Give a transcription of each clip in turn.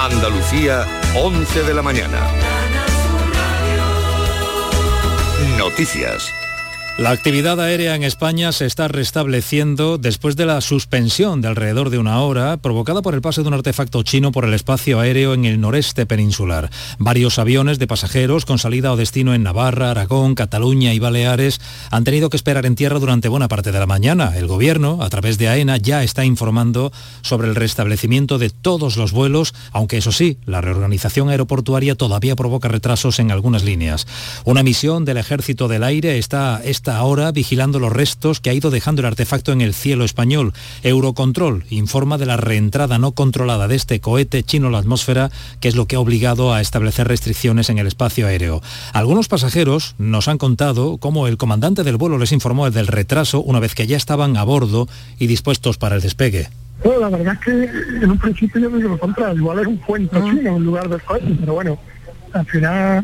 Andalucía, 11 de la mañana. Noticias. La actividad aérea en España se está restableciendo después de la suspensión de alrededor de una hora provocada por el paso de un artefacto chino por el espacio aéreo en el noreste peninsular. Varios aviones de pasajeros con salida o destino en Navarra, Aragón, Cataluña y Baleares han tenido que esperar en tierra durante buena parte de la mañana. El gobierno, a través de AENA, ya está informando sobre el restablecimiento de todos los vuelos, aunque eso sí, la reorganización aeroportuaria todavía provoca retrasos en algunas líneas. Una misión del Ejército del Aire está ahora vigilando los restos que ha ido dejando el artefacto en el cielo español. Eurocontrol informa de la reentrada no controlada de este cohete chino a la atmósfera, que es lo que ha obligado a establecer restricciones en el espacio aéreo. Algunos pasajeros nos han contado cómo el comandante del vuelo les informó del retraso una vez que ya estaban a bordo y dispuestos para el despegue. Bueno, la verdad es que en un principio yo me lo contrario, igual es un cuento chino en lugar del cohete, pero bueno, al final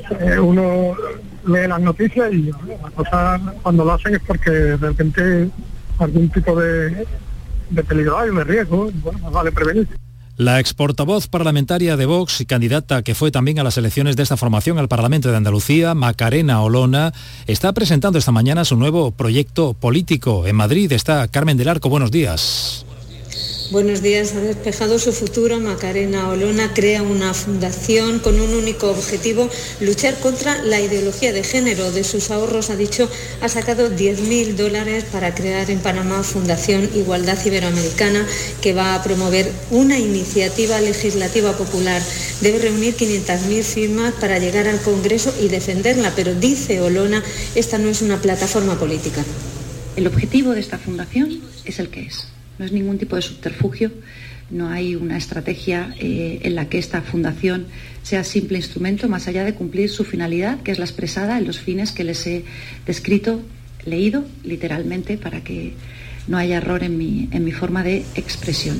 uno lee las noticias y la cosa cuando lo hacen es porque de repente algún tipo de peligro hay, de riesgo, y bueno, más vale prevenir. La ex portavoz parlamentaria de Vox y candidata que fue también a las elecciones de esta formación al Parlamento de Andalucía, Macarena Olona, está presentando esta mañana su nuevo proyecto político. En Madrid está Carmen del Arco. Buenos días. Buenos días. Ha despejado su futuro. Macarena Olona crea una fundación con un único objetivo: luchar contra la ideología de género. De sus ahorros, ha dicho, ha sacado $10.000 para crear en Panamá Fundación Igualdad Iberoamericana, que va a promover una iniciativa legislativa popular. Debe reunir 500.000 firmas para llegar al Congreso y defenderla, pero dice Olona, esta no es una plataforma política. El objetivo de esta fundación es el que es. No es ningún tipo de subterfugio, no hay una estrategia en la que esta fundación sea simple instrumento, más allá de cumplir su finalidad, que es la expresada en los fines que les he descrito, leído literalmente, para que no haya error en mi forma de expresión.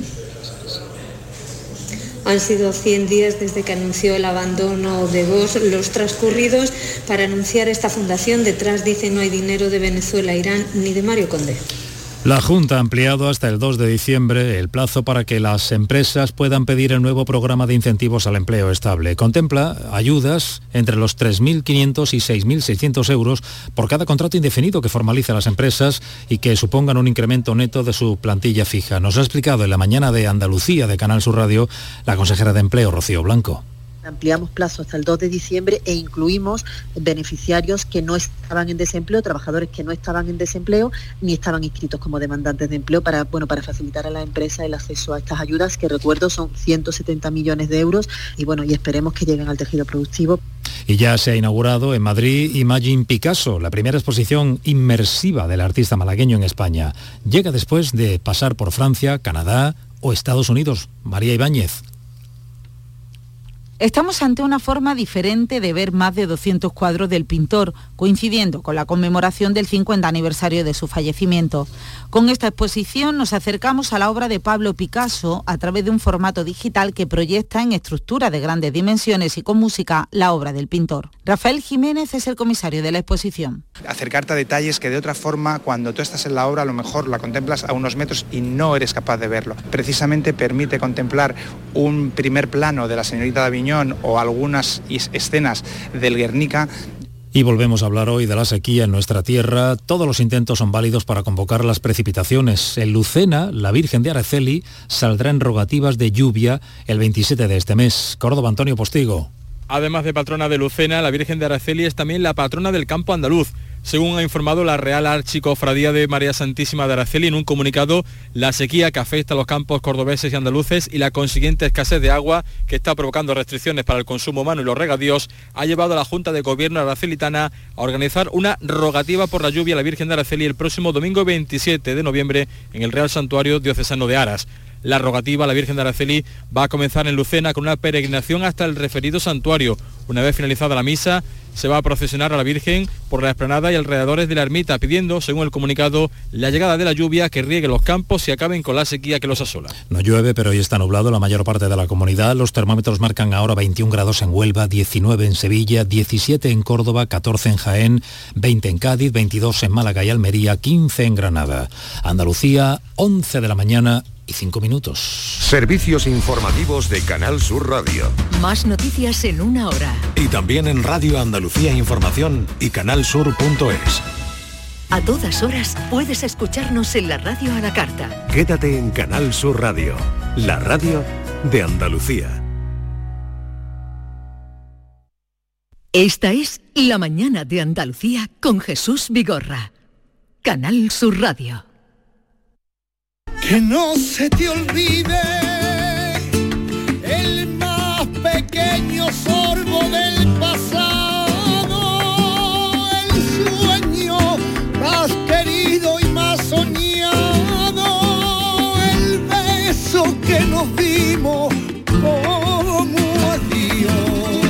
Han sido 100 días desde que anunció el abandono de Vox, los transcurridos para anunciar esta fundación. Detrás, dice, no hay dinero de Venezuela, Irán ni de Mario Condé. La Junta ha ampliado hasta el 2 de diciembre el plazo para que las empresas puedan pedir el nuevo programa de incentivos al empleo estable. Contempla ayudas entre los 3.500 y 6.600 euros por cada contrato indefinido que formalicen las empresas y que supongan un incremento neto de su plantilla fija. Nos ha explicado en la mañana de Andalucía de Canal Sur Radio la consejera de Empleo, Rocío Blanco. Ampliamos plazo hasta el 2 de diciembre e incluimos beneficiarios que no estaban en desempleo, trabajadores que no estaban en desempleo ni estaban inscritos como demandantes de empleo para facilitar a la empresa el acceso a estas ayudas, que recuerdo son 170 millones de euros y esperemos que lleguen al tejido productivo. Y ya se ha inaugurado en Madrid Imagine Picasso, la primera exposición inmersiva del artista malagueño en España. Llega después de pasar por Francia, Canadá o Estados Unidos. María Ibáñez. Estamos ante una forma diferente de ver más de 200 cuadros del pintor, coincidiendo con la conmemoración del 50 aniversario de su fallecimiento. Con esta exposición nos acercamos a la obra de Pablo Picasso a través de un formato digital que proyecta en estructura de grandes dimensiones y con música la obra del pintor. Rafael Jiménez es el comisario de la exposición. Acercarte a detalles que de otra forma, cuando tú estás en la obra, a lo mejor la contemplas a unos metros y no eres capaz de verlo. Precisamente permite contemplar un primer plano de la señorita de Aviñón o algunas escenas del Guernica. Y volvemos a hablar hoy de la sequía en nuestra tierra. Todos los intentos son válidos para convocar las precipitaciones. En Lucena, la Virgen de Araceli saldrá en rogativas de lluvia el 27 de este mes. Córdoba, Antonio Postigo. Además de patrona de Lucena, la Virgen de Araceli es también la patrona del campo andaluz. Según ha informado la Real Archicofradía de María Santísima de Araceli en un comunicado, la sequía que afecta a los campos cordobeses y andaluces y la consiguiente escasez de agua que está provocando restricciones para el consumo humano y los regadíos ha llevado a la Junta de Gobierno aracelitana a organizar una rogativa por la lluvia a la Virgen de Araceli el próximo domingo 27 de noviembre en el Real Santuario Diocesano de Aras. La rogativa a la Virgen de Araceli va a comenzar en Lucena con una peregrinación hasta el referido santuario. Una vez finalizada la misa, se va a procesionar a la Virgen por la explanada y alrededores de la ermita, pidiendo, según el comunicado, la llegada de la lluvia que riegue los campos y acaben con la sequía que los asola. No llueve, pero hoy está nublado la mayor parte de la comunidad. Los termómetros marcan ahora 21 grados en Huelva, 19 en Sevilla, 17 en Córdoba, 14 en Jaén, 20 en Cádiz, 22 en Málaga y Almería, 15 en Granada. Andalucía, 11 de la mañana 9:05. Servicios informativos de Canal Sur Radio. Más noticias en una hora. Y también en Radio Andalucía Información y canalsur.es. A todas horas puedes escucharnos en la radio a la carta. Quédate en Canal Sur Radio, la radio de Andalucía. Esta es La Mañana de Andalucía con Jesús Vigorra. Canal Sur Radio. Que no se te olvide el más pequeño sorbo del pasado, el sueño más querido y más soñado, el beso que nos dimos como adiós.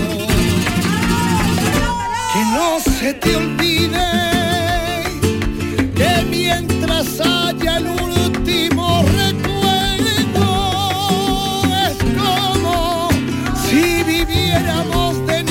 Que no se te olvide que mientras haya el último recuerdo, es como si viviéramos de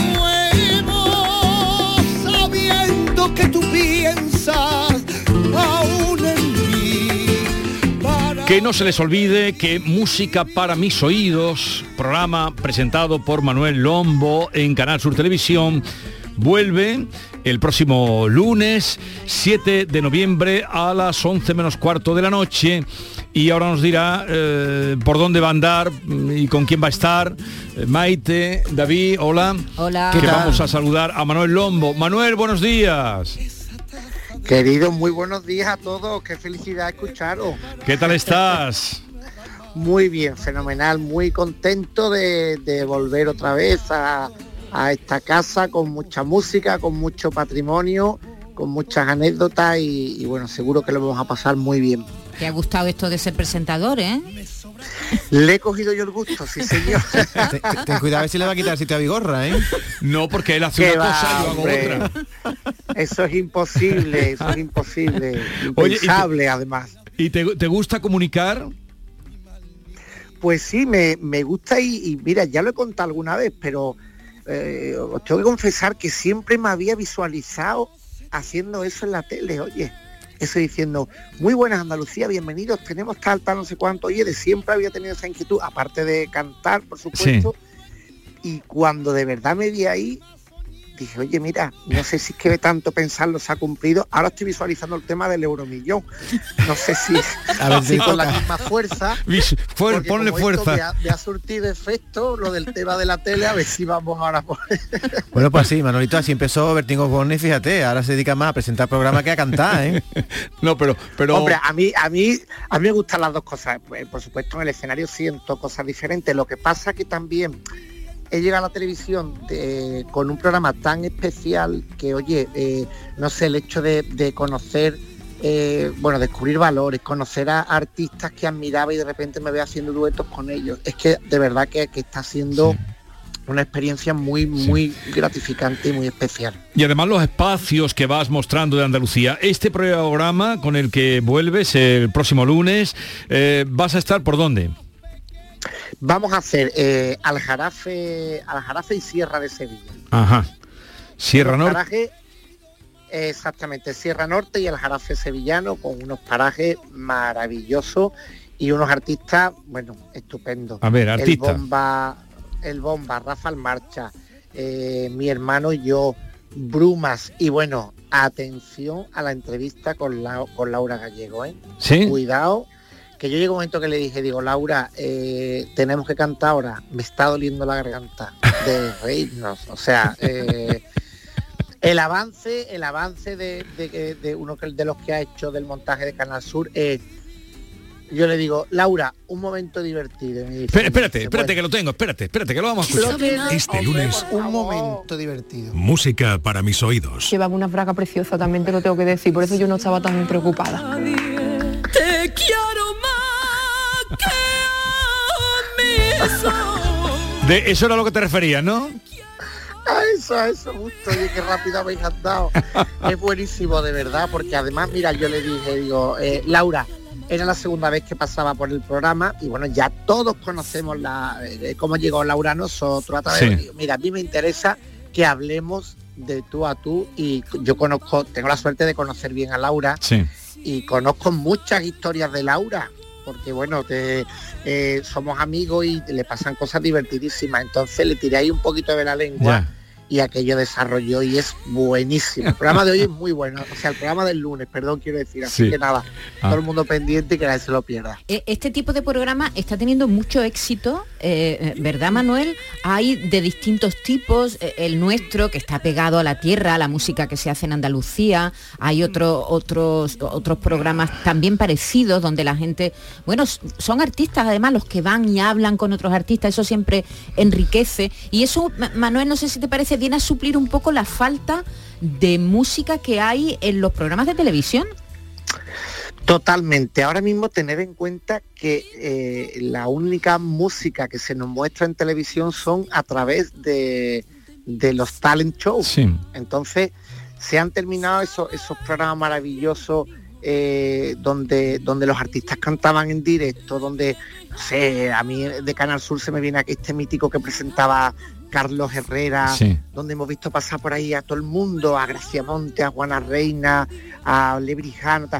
nuevo, sabiendo que tú piensas aún en mí. Que no se les olvide que Música para mis oídos, programa presentado por Manuel Lombo en Canal Sur Televisión, vuelve el próximo lunes 7 de noviembre a las 11 menos cuarto de la noche, y ahora nos dirá por dónde va a andar y con quién va a estar. Maite, David, hola. Hola. Que vamos a saludar a Manuel Lombo. Manuel, buenos días. Querido, muy buenos días a todos, qué felicidad escucharos. ¿Qué tal estás? Muy bien, fenomenal, muy contento de volver otra vez a esta casa con mucha música, con mucho patrimonio, con muchas anécdotas y bueno, seguro que lo vamos a pasar muy bien. ¿Te ha gustado esto de ser presentador, eh? Le he cogido yo el gusto, sí señor. Ten cuidado a ver si le va a quitar el sitio a Vigorra, ¿eh? No, porque él hace una cosa y yo hago otra. Eso es imposible, impensable. Además. ¿Y te gusta comunicar? Pues sí, me gusta y mira, ya lo he contado alguna vez, pero os tengo que confesar que siempre me había visualizado haciendo eso en la tele, oye, eso diciendo, muy buenas Andalucía, bienvenidos, tenemos tal, no sé cuánto, oye, de siempre había tenido esa inquietud, aparte de cantar, por supuesto, sí. Y cuando de verdad me vi ahí, dije, oye, mira, no sé si es que de tanto pensarlo se ha cumplido, ahora estoy visualizando el tema del euromillón, no sé si con la misma fuerza, ponle fuerza. Me ha surtido efecto lo del tema de la tele, a ver si vamos ahora por... Bueno, pues sí, Manolito, así empezó Bertín Osborne, fíjate, ahora se dedica más a presentar programas que a cantar, ¿eh? No, pero... Hombre, a mí me gustan las dos cosas, por supuesto en el escenario siento cosas diferentes, lo que pasa que también... he llegado a la televisión con un programa tan especial que, oye, no sé, el hecho de conocer, descubrir valores, conocer a artistas que admiraba y de repente me veo haciendo duetos con ellos. Es que de verdad que está siendo una experiencia muy gratificante y muy especial. Y además los espacios que vas mostrando de Andalucía. Este programa con el que vuelves el próximo lunes, ¿vas a estar por dónde? Vamos a hacer Aljarafe y Sierra de Sevilla. Ajá. Sierra Norte. Exactamente, Sierra Norte y Aljarafe sevillano, con unos parajes maravillosos y unos artistas, bueno, estupendos. A ver, artistas. El Bomba, Rafael Marcha, mi hermano y yo, Brumas, y bueno, atención a la entrevista con Laura Gallego, ¿eh? ¿Sí? Cuidado. Que yo llego un momento que le dije, digo, Laura, tenemos que cantar ahora, me está doliendo la garganta de reírnos, o sea, el avance de uno de los que ha hecho del montaje de Canal Sur, yo le digo, Laura, un momento divertido. Y me dice, espérate, que lo tengo, espérate, que lo vamos a escuchar. Este lunes, un momento divertido. Música para mis oídos. Llevaba una fraga preciosa, también te lo tengo que decir, por eso yo no estaba tan preocupada. Te quiero más que a mí. De eso era lo que te referías, ¿no? A eso, justo, oye, qué rápido habéis andado. Es buenísimo, de verdad, porque además, mira, yo le dije, digo, Laura, era la segunda vez que pasaba por el programa y bueno, ya todos conocemos cómo llegó Laura a nosotros a través de... Mira, a mí me interesa que hablemos de tú a tú y yo tengo la suerte de conocer bien a Laura y conozco muchas historias de Laura, porque bueno, somos amigos y le pasan cosas divertidísimas, entonces le tiré ahí un poquito de la lengua. Ya. Y aquello desarrolló y es buenísimo. El programa de hoy es muy bueno, o sea, el programa del lunes, perdón, quiero decir, así que nada, todo el mundo pendiente y que nadie se lo pierda. Este tipo de programa está teniendo mucho éxito, ¿verdad, Manuel? Hay de distintos tipos, el nuestro, que está pegado a la tierra, a la música que se hace en Andalucía, hay otros programas también parecidos, donde la gente, bueno, son artistas además los que van y hablan con otros artistas, eso siempre enriquece, y eso, Manuel, no sé si te parece, viene a suplir un poco la falta de música que hay en los programas de televisión. Totalmente. Ahora mismo tener en cuenta que la única música que se nos muestra en televisión son a través de los talent shows. Sí. Entonces se han terminado esos programas maravillosos donde los artistas cantaban en directo, donde, no sé, a mí de Canal Sur se me viene aquí este mítico que presentaba Carlos Herrera, sí, donde hemos visto pasar por ahí a todo el mundo, a Gracia Monte, a Juana Reina, a Lebrijano,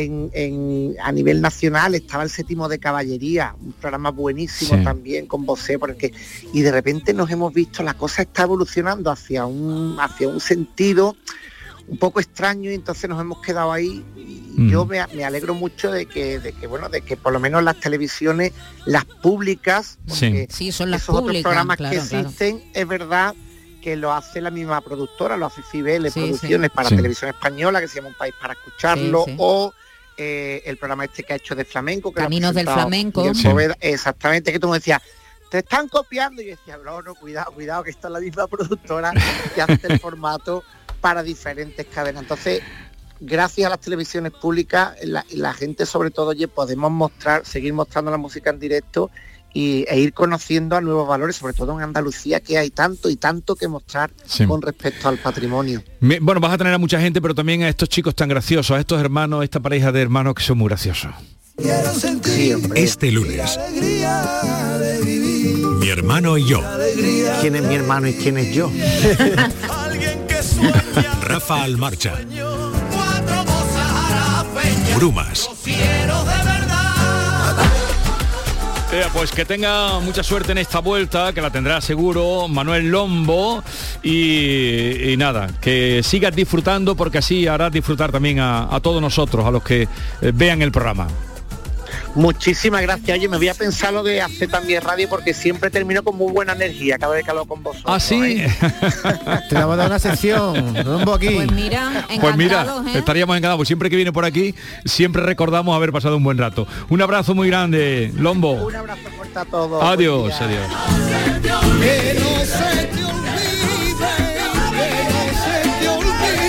a nivel nacional estaba el Séptimo de Caballería, un programa buenísimo, sí, también con Bosé, y de repente nos hemos visto, la cosa está evolucionando hacia un sentido un poco extraño, y entonces nos hemos quedado ahí. Y yo me alegro mucho de que por lo menos las televisiones, las públicas, porque sí, son las esos públicas, otros programas, claro, que existen, claro, es verdad que lo hace la misma productora, lo hace Cibele, sí, Producciones, sí, para Televisión Española, que se llama Un País para Escucharlo, sí, sí, o el programa este que ha hecho de flamenco, que Caminos del Flamenco, sí, exactamente, que tú me decías, te están copiando, y yo decía, no, cuidado, que está la misma productora que hace el formato para diferentes cadenas. Entonces, gracias a las televisiones públicas, la gente, sobre todo, podemos seguir mostrando la música en directo e ir conociendo a nuevos valores, sobre todo en Andalucía, que hay tanto y tanto que mostrar, sí, con respecto al patrimonio. Bueno, vas a tener a mucha gente, pero también a estos chicos tan graciosos, a estos hermanos, esta pareja de hermanos que son muy graciosos. Sí, este lunes, mi hermano y yo. ¿Quién es mi hermano y quién es yo? Rafa Almarcha. Brumas. Pues que tenga mucha suerte en esta vuelta, que la tendrá seguro Manuel Lombo, y nada, que sigas disfrutando, porque así harás disfrutar también a todos nosotros, a los que vean el programa. Muchísimas gracias. Oye, me voy a pensar lo de hacer también radio, porque siempre termino con muy buena energía cada vez que hablo con vosotros. ¿Ah, sí? Te vamos a dar una sección, Lombo aquí. Pues mira, estaríamos encantados, pues siempre que viene por aquí, siempre recordamos haber pasado un buen rato. Un abrazo muy grande, Lombo. Un abrazo fuerte a todos. Adiós, adiós. Que no se te olvide, que no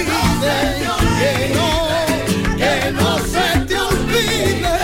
se te olvide.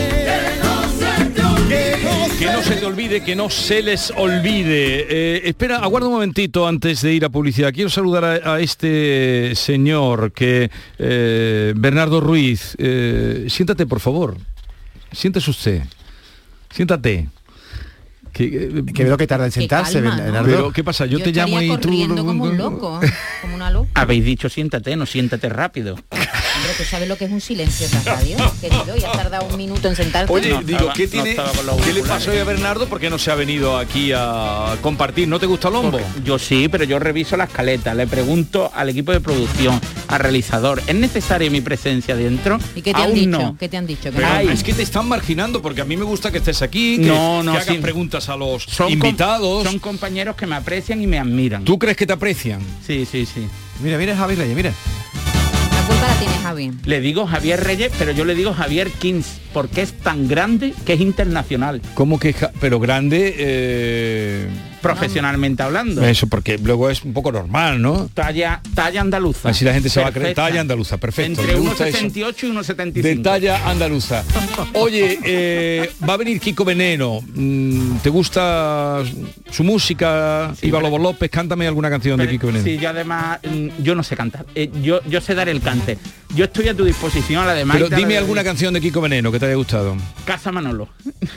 Que no se te olvide, que no se les olvide. Espera, aguarda un momentito antes de ir a publicidad. Quiero saludar a este señor, Bernardo Ruiz. Siéntate, por favor. Siéntese usted. Siéntate. Que veo que tarda en sentarse, Bernardo. Pero, ¿qué pasa? Yo te llamo y tú... como un loco, como una loca. Habéis dicho siéntate, no siéntate rápido. Hombre, ¿tú sabes lo que es un silencio en la radio, querido? Y has tardado un minuto en sentarte. Oye, ¿qué le pasó hoy a Bernardo? ¿Por qué no se ha venido aquí a compartir? ¿No te gusta Lombo? Porque yo sí, pero yo reviso la escaleta, le pregunto al equipo de producción, al realizador, ¿es necesaria mi presencia dentro? ¿Y qué te han dicho? No. ¿Qué te han dicho? Es que te están marginando, porque a mí me gusta que estés aquí, que hagas preguntas a los invitados. Son compañeros que me aprecian y me admiran. ¿Tú crees que te aprecian? Sí. Mira, Javi Reyes, mira. La culpa la tiene Javi. Le digo Javier Reyes, pero yo le digo Javier Kings, porque es tan grande que es internacional. ¿Cómo que pero grande? Profesionalmente hablando. Eso, porque luego es un poco normal, ¿no? Talla andaluza. Así la gente se va a creer. Talla andaluza, perfecto. Entre 1,78 y 1,75. De talla andaluza. Oye, va a venir Kiko Veneno. ¿Te gusta su música? Sí, Iba Lobo López, cántame alguna canción de Kiko Veneno. Sí, yo además, yo no sé cantar. Yo sé dar el cante. Yo estoy a tu disposición, además. Pero dime alguna canción de Kiko Veneno que te haya gustado. Casa Manolo.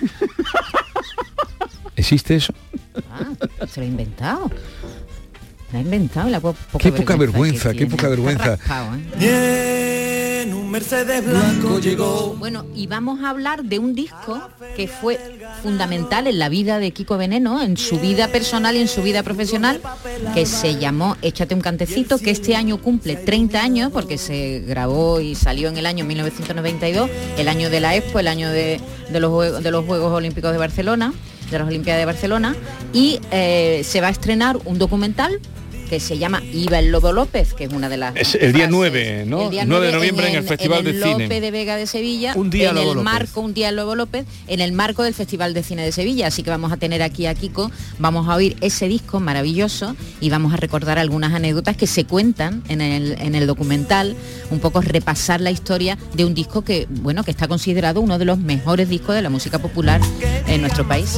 ¿Existe eso? Se lo ha inventado. Lo ha inventado. Qué poca vergüenza, qué poca vergüenza. En un Mercedes blanco llegó. Bueno, y vamos a hablar de un disco que fue fundamental en la vida de Kiko Veneno, en su vida personal y en su vida profesional, que se llamó Échate un cantecito, que este año cumple 30 años, porque se grabó y salió en el año 1992, el año de la Expo, el año de los Juegos Olímpicos de Barcelona, de las Olimpiadas de Barcelona, y se va a estrenar un documental que se llama Iba el Lobo López, que es una de las... Es el día 9, ¿no? 9 de noviembre en el Festival de Cine. Lope de Vega de Sevilla, un día en Lobo el López. marco, un día el Lobo López, en el marco del Festival de Cine de Sevilla. Así que vamos a tener aquí a Kiko, vamos a oír ese disco maravilloso y vamos a recordar algunas anécdotas que se cuentan en el documental, un poco repasar la historia de un disco que, bueno, que está considerado uno de los mejores discos de la música popular en nuestro país.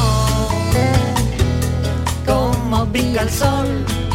Como brilla el sol.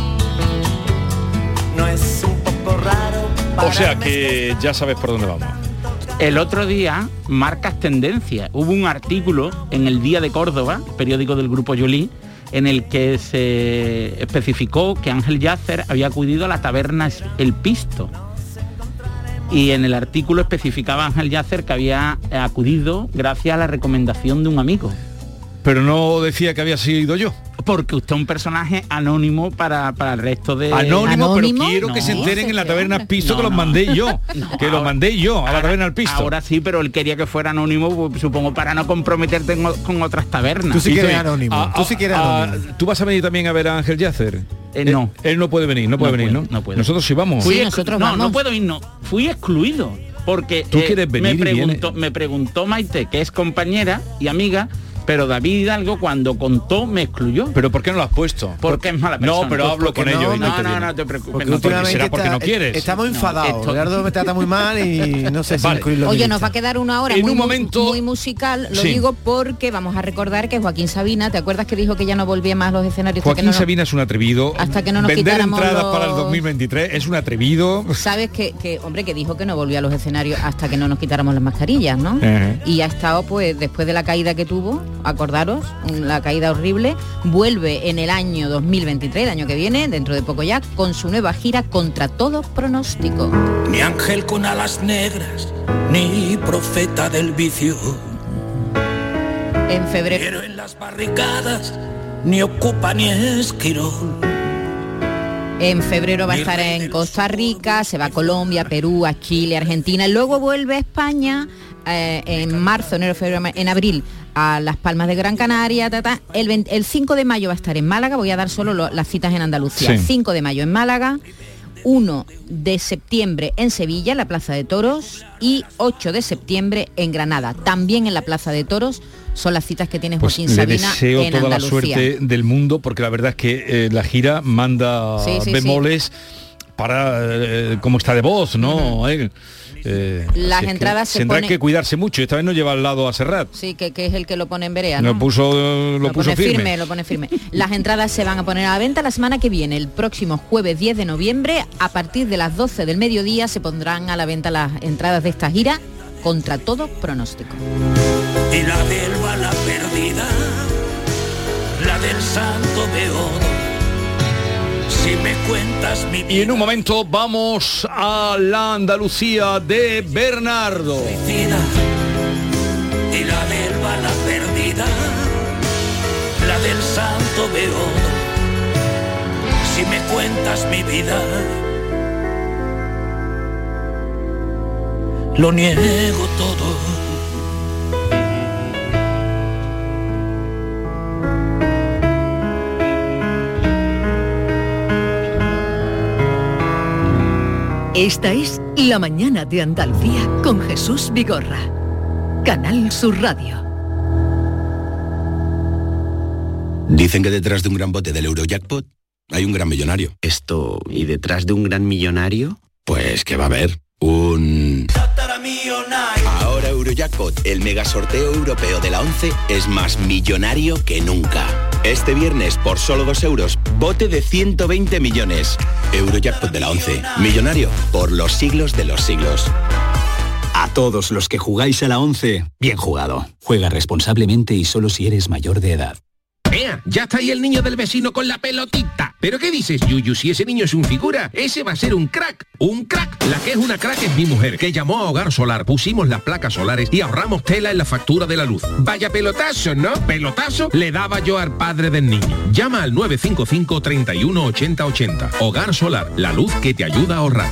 No es un poco raro. O sea que ya sabes por dónde vamos. El otro día, marcas tendencias. Hubo un artículo en El Día de Córdoba, periódico del Grupo Yolí, en el que se especificó que Ángel Llázar había acudido a la taberna El Pisto. Y en el artículo especificaba Ángel Llázar que había acudido gracias a la recomendación de un amigo. Pero no decía que había sido yo. Porque usted es un personaje anónimo para el resto de... Anónimo, pero quiero que se enteren en la taberna El Pisto, que los mandé yo. Que los mandé yo a la taberna El Pisto. Ahora sí, pero él quería que fuera anónimo, pues, supongo, para no comprometerte con otras tabernas. Tú sí quieres anónimo. Tú sí quieres anónimo. ¿Tú vas a venir también a ver a Ángel Llázar? No. Él no puede venir, no puede venir, ¿no? No puede. Nosotros sí vamos. No puedo ir, no. Fui excluido. Porque ¿Tú quieres venir me preguntó Maite, que es compañera y amiga, pero David Hidalgo cuando contó me excluyó. ¿Pero por qué no lo has puesto? Porque es mala persona. No, pero hablo con ellos. No te preocupes. Porque será porque no quieres. Estamos enfadados. Gerardo me trata muy mal y no sé si incluirlo. Oye, nos va a quedar una hora muy musical. Lo digo porque vamos a recordar que Joaquín Sabina, ¿te acuerdas que dijo que ya no volvía más a los escenarios? Joaquín Sabina es un atrevido. Hasta que no nos vender quitáramos entradas para el 2023 es un atrevido. Sabes que hombre, que dijo que no volvía a los escenarios hasta que no nos quitáramos las mascarillas, ¿no? Y ha estado, pues, después de la caída que tuvo, acordaros, la caída horrible, vuelve en el año 2023, el año que viene, dentro de poco ya, con su nueva gira Contra todo pronóstico. Ni ángel con alas negras, ni profeta del vicio. En febrero. Pero en las barricadas, ni ocupa ni esquirol. En febrero va a estar en Costa Rica, se va a Colombia, Perú, a Chile, Argentina, y luego vuelve a España en marzo, enero, febrero, en abril a Las Palmas de Gran Canaria. El 5 de mayo va a estar en Málaga, voy a dar solo las citas en Andalucía. Sí. 5 de mayo en Málaga, 1 de septiembre en Sevilla, en la Plaza de Toros, y 8 de septiembre en Granada, también en la Plaza de Toros. Son las citas que tiene Joaquín Sabina deseo en toda Andalucía. La suerte del mundo, porque la verdad es que la gira manda bemoles para cómo está de voz, ¿no? Las entradas se tendrá que cuidarse mucho. Esta vez no lleva al lado a Serrat. Sí, que es el que lo pone en vereda, ¿no? Lo puso firme. Lo pone firme. Las entradas se van a poner a la venta la semana que viene, el próximo jueves 10 de noviembre. A partir de las 12 del mediodía se pondrán a la venta las entradas de esta gira Contra todo pronóstico. Y la del bala perdida, la del santo beodo. Si me cuentas mi vida. Y en un momento vamos a la Andalucía de Bernardo. Y la del bala perdida, la del santo beodo. Si me cuentas mi vida, lo niego todo. Esta es La Mañana de Andalucía con Jesús Vigorra. Canal Sur Radio. Dicen que detrás de un gran bote del Eurojackpot hay un gran millonario. ¿Y detrás de un gran millonario? Pues que va a haber un... Ahora Eurojackpot, el mega sorteo europeo de la 11, es más millonario que nunca. Este viernes, por solo 2 euros, bote de 120 millones. Eurojackpot de la 11, millonario por los siglos de los siglos. A todos los que jugáis a la 11, bien jugado. Juega responsablemente y solo si eres mayor de edad. ¡Ea! Ya está ahí el niño del vecino con la pelotita. ¿Pero qué dices, Yuyu? Si ese niño es un figura, ese va a ser un crack. ¡Un crack! La que es una crack es mi mujer, que llamó a Hogar Solar, pusimos las placas solares y ahorramos tela en la factura de la luz. Vaya pelotazo, ¿no? Pelotazo le daba yo al padre del niño. Llama al 955 31 80 80. Hogar Solar, la luz que te ayuda a ahorrar.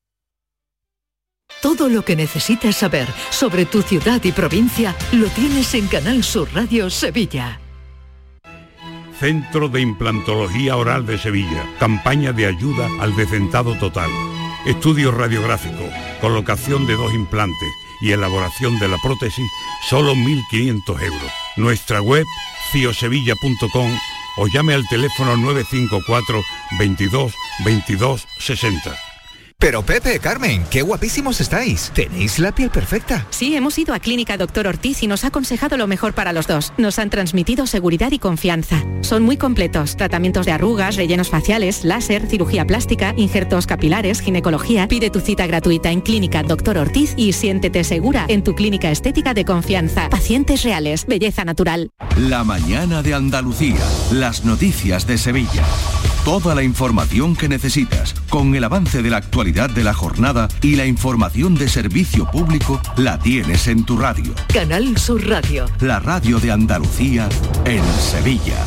Todo lo que necesitas saber sobre tu ciudad y provincia lo tienes en Canal Sur Radio Sevilla. Centro de Implantología Oral de Sevilla. Campaña de ayuda al decentado total. Estudio radiográfico, colocación de 2 implantes y elaboración de la prótesis, solo 1.500 euros. Nuestra web, ciosevilla.com, o llame al teléfono 954 22 22 60. Pero Pepe, Carmen, qué guapísimos estáis. Tenéis la piel perfecta. Sí, hemos ido a Clínica Doctor Ortiz y nos ha aconsejado lo mejor para los dos. Nos han transmitido seguridad y confianza. Son muy completos. Tratamientos de arrugas, rellenos faciales, láser, cirugía plástica, injertos capilares, ginecología. Pide tu cita gratuita en Clínica Doctor Ortiz y siéntete segura en tu clínica estética de confianza. Pacientes reales, belleza natural. La mañana de Andalucía. Las noticias de Sevilla. Toda la información que necesitas, con el avance de la actualidad de la jornada y la información de servicio público, la tienes en tu radio. Canal Sur Radio. La radio de Andalucía en Sevilla.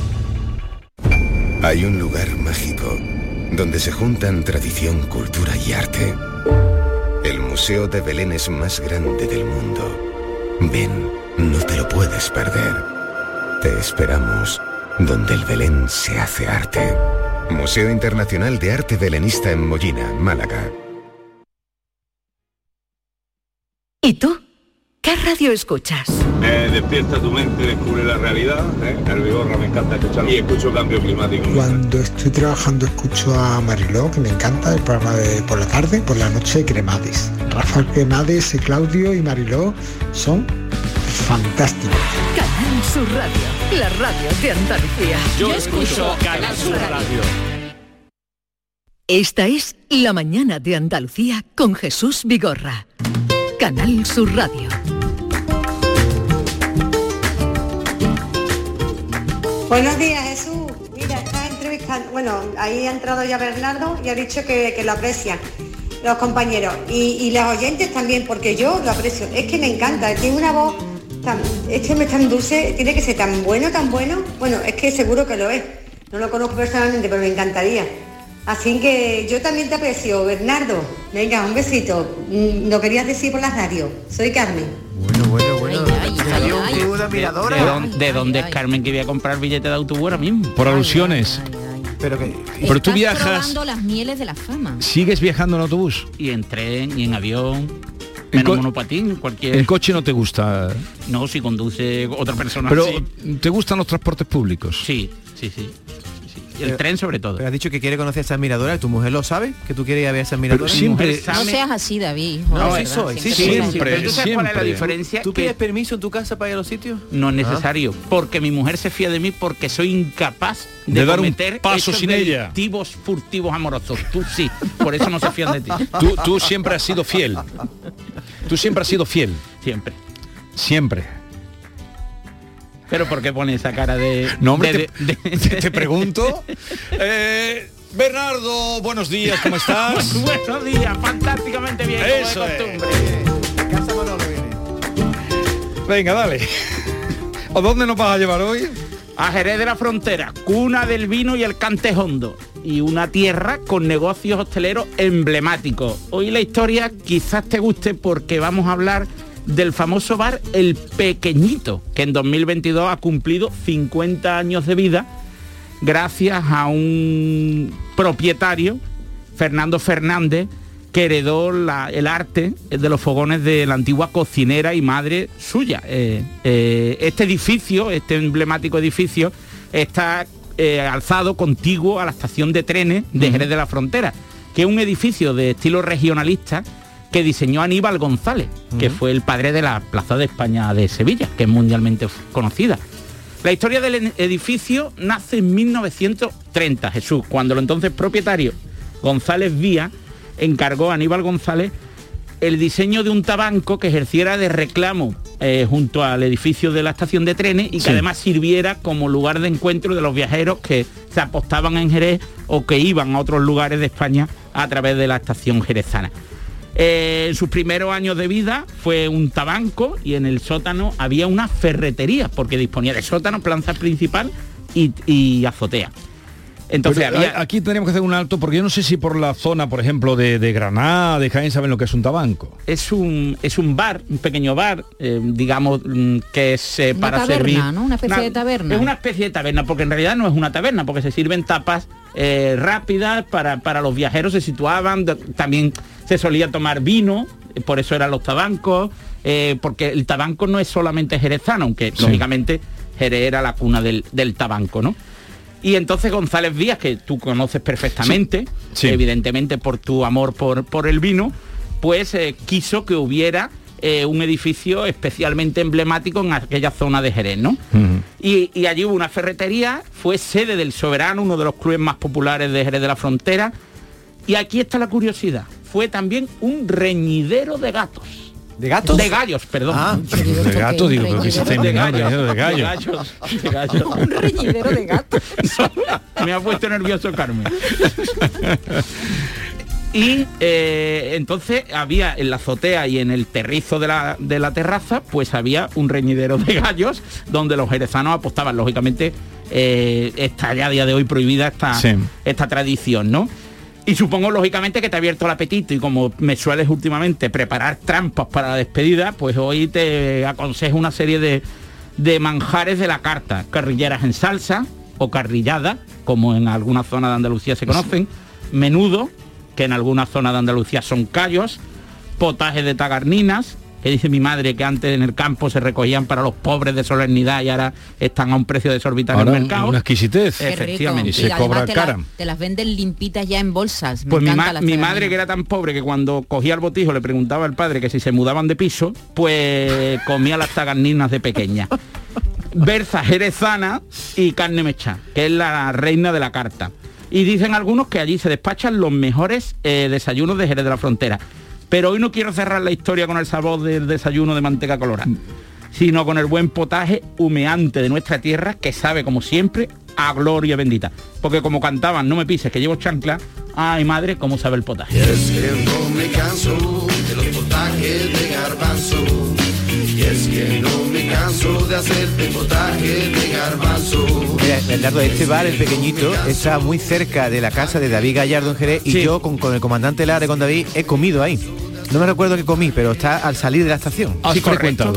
Hay un lugar mágico donde se juntan tradición, cultura y arte. El Museo de Belén es más grande del mundo. Ven, no te lo puedes perder. Te esperamos donde el Belén se hace arte. Museo Internacional de Arte Belenista en Mollina, Málaga. ¿Y tú? ¿Qué radio escuchas? Despierta tu mente, descubre la realidad. El Vigorra me encanta escuchar y escucho Cambio Climático. Cuando estoy trabajando escucho a Mariló, que me encanta, el programa de por la tarde, por la noche Cremades. Rafael Cremades, Claudio y Mariló son fantásticos. Canal Sur Radio, la radio de Andalucía. Yo escucho Canal Sur Radio. Esta es La mañana de Andalucía con Jesús Vigorra. Canal Sur Radio. Buenos días, Jesús. Mira, estás entrevistando, bueno, ahí ha entrado ya Bernardo y ha dicho que lo aprecian los compañeros y los oyentes también, porque yo lo aprecio. Es que me encanta, tiene una voz es tan dulce, tiene que ser tan bueno. Bueno, es que seguro que lo es. No lo conozco personalmente, pero me encantaría. Así que yo también te aprecio, Bernardo. Venga, un besito. Lo querías decir por la radio. Soy Carmen. Bueno. ¿De dónde es Carmen que voy a comprar billete de autobús ahora mismo? Por alusiones. Pero tú viajas. Probando las mieles de la fama. ¿Sigues viajando en autobús? Y en tren, y en avión. Menos monopatín, cualquier... ¿El coche no te gusta? No, si conduce otra persona. Pero sí. ¿Te gustan los transportes públicos? Sí. El tren sobre todo. Pero has dicho que quiere conocer a esa admiradora, ¿tu mujer lo sabe? ¿Que tú quieres ir a ver a esa admiradora? Siempre... No seas así, David. No, sí soy. Siempre. ¿Tú sabes cuál es la diferencia? ¿Tú pides permiso en tu casa para ir a los sitios? No es necesario, porque mi mujer se fía de mí porque soy incapaz de cometer dar un paso sin ella. Delictivos furtivos amorosos. Tú sí, por eso no se fían de ti. Tú siempre has sido fiel. Tú siempre has sido fiel. Siempre. Pero ¿por qué pone esa cara de...? No, hombre, te pregunto. Bernardo, buenos días, ¿cómo estás? Buenos días, fantásticamente bien, eso como de costumbre. Venga, dale. ¿A dónde nos vas a llevar hoy? A Jerez de la Frontera, cuna del vino y el cante hondo, y una tierra con negocios hosteleros emblemáticos. Hoy la historia quizás te guste porque vamos a hablar del famoso bar El Pequeñito, que en 2022 ha cumplido 50 años de vida gracias a un propietario, Fernando Fernández, que heredó el arte de los fogones de la antigua cocinera y madre suya. Este edificio, este emblemático edificio, está alzado contiguo a la estación de trenes de Jerez de la Frontera, que es un edificio de estilo regionalista que diseñó Aníbal González, que fue el padre de la Plaza de España de Sevilla, que es mundialmente conocida. La historia del edificio nace en 1930, Jesús, cuando el entonces propietario González Vía encargó a Aníbal González el diseño de un tabanco que ejerciera de reclamo junto al edificio de la estación de trenes y que además sirviera como lugar de encuentro de los viajeros que se apostaban en Jerez o que iban a otros lugares de España a través de la estación jerezana. En sus primeros años de vida fue un tabanco y en el sótano había una ferretería porque disponía de sótano, planta principal y azotea. Entonces aquí tendríamos que hacer un alto porque yo no sé si por la zona, por ejemplo, de Granada, de Jaén, saben lo que es un tabanco. Es un bar, un pequeño bar, digamos, que es para taberna, servir... ¿no? Una especie de taberna. Es una especie de taberna, porque en realidad no es una taberna, porque se sirven tapas rápidas para los viajeros, se situaban, también se solía tomar vino, por eso eran los tabancos, porque el tabanco no es solamente jerezano, aunque lógicamente Jerez era la cuna del tabanco, ¿no? Y entonces González Vías, que tú conoces perfectamente, evidentemente por tu amor por el vino, pues quiso que hubiera un edificio especialmente emblemático en aquella zona de Jerez, ¿no? Y allí hubo una ferretería, fue sede del Soberano, uno de los clubes más populares de Jerez de la Frontera, y aquí está la curiosidad, fue también un reñidero de gatos. ¿De gatos? De gallos, perdón. De gatos, digo, pero ¿qué se de gallos? De gallos. Un reñidero de gatos. Me ha puesto nervioso Carmen. Y entonces había en la azotea y en el terrizo de la terraza, pues había un reñidero de gallos donde los jerezanos apostaban. Lógicamente está ya a día de hoy prohibida esta tradición, ¿no? Y supongo, lógicamente, que te ha abierto el apetito y como me sueles últimamente preparar trampas para la despedida, pues hoy te aconsejo una serie de manjares de la carta. Carrilleras en salsa o carrillada, como en alguna zona de Andalucía se conocen, menudo, que en alguna zona de Andalucía son callos, potajes de tagarninas, que dice mi madre que antes en el campo se recogían para los pobres de solemnidad y ahora están a un precio desorbitante en el mercado. Una exquisitez. Efectivamente. Y se cobra cara. Te las venden limpitas ya en bolsas. Pues mi madre, que era tan pobre que cuando cogía el botijo le preguntaba al padre que si se mudaban de piso, pues comía las tagarninas de pequeña. Berza jerezana y carne mechá, que es la reina de la carta. Y dicen algunos que allí se despachan los mejores desayunos de Jerez de la Frontera. Pero hoy no quiero cerrar la historia con el sabor del desayuno de manteca colorada, sino con el buen potaje humeante de nuestra tierra que sabe, como siempre, a gloria bendita. Porque como cantaban, no me pises que llevo chancla, ay madre, cómo sabe el potaje. Y es que no me canso de los potajes de garbanzo. Y es que no me canso de hacerte potaje de garbanzo. Mira, Bernardo, este bar, el pequeñito, está muy cerca de la casa de David Gallardo en Jerez y yo con el comandante Lara, con David, he comido ahí. No me recuerdo qué comí, pero está al salir de la estación. Sí, correcto.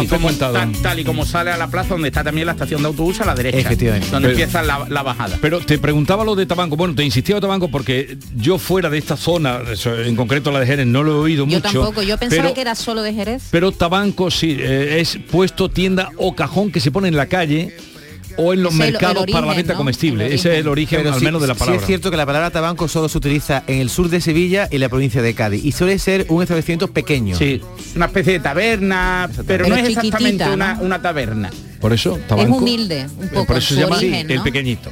Tal y como sale a la plaza donde está también la estación de autobús a la derecha. Efectivamente. Donde empieza la bajada. Pero te preguntaba lo de tabanco. Bueno, te insistía tabanco porque yo fuera de esta zona, en concreto la de Jerez, no lo he oído mucho. Yo tampoco, yo pensaba que era solo de Jerez. Pero tabanco sí, es puesto, tienda o cajón que se pone en la calle o en los mercados origen, para la venta comestible. Ese es el origen, pero al menos de la palabra. Sí es cierto que la palabra tabanco solo se utiliza en el sur de Sevilla y la provincia de Cádiz. Y suele ser un establecimiento pequeño. Sí, una especie de taberna, pero no es exactamente una taberna. Por eso, tabanco. Es humilde, un poco. Por eso se llama origen, ¿no? el pequeñito.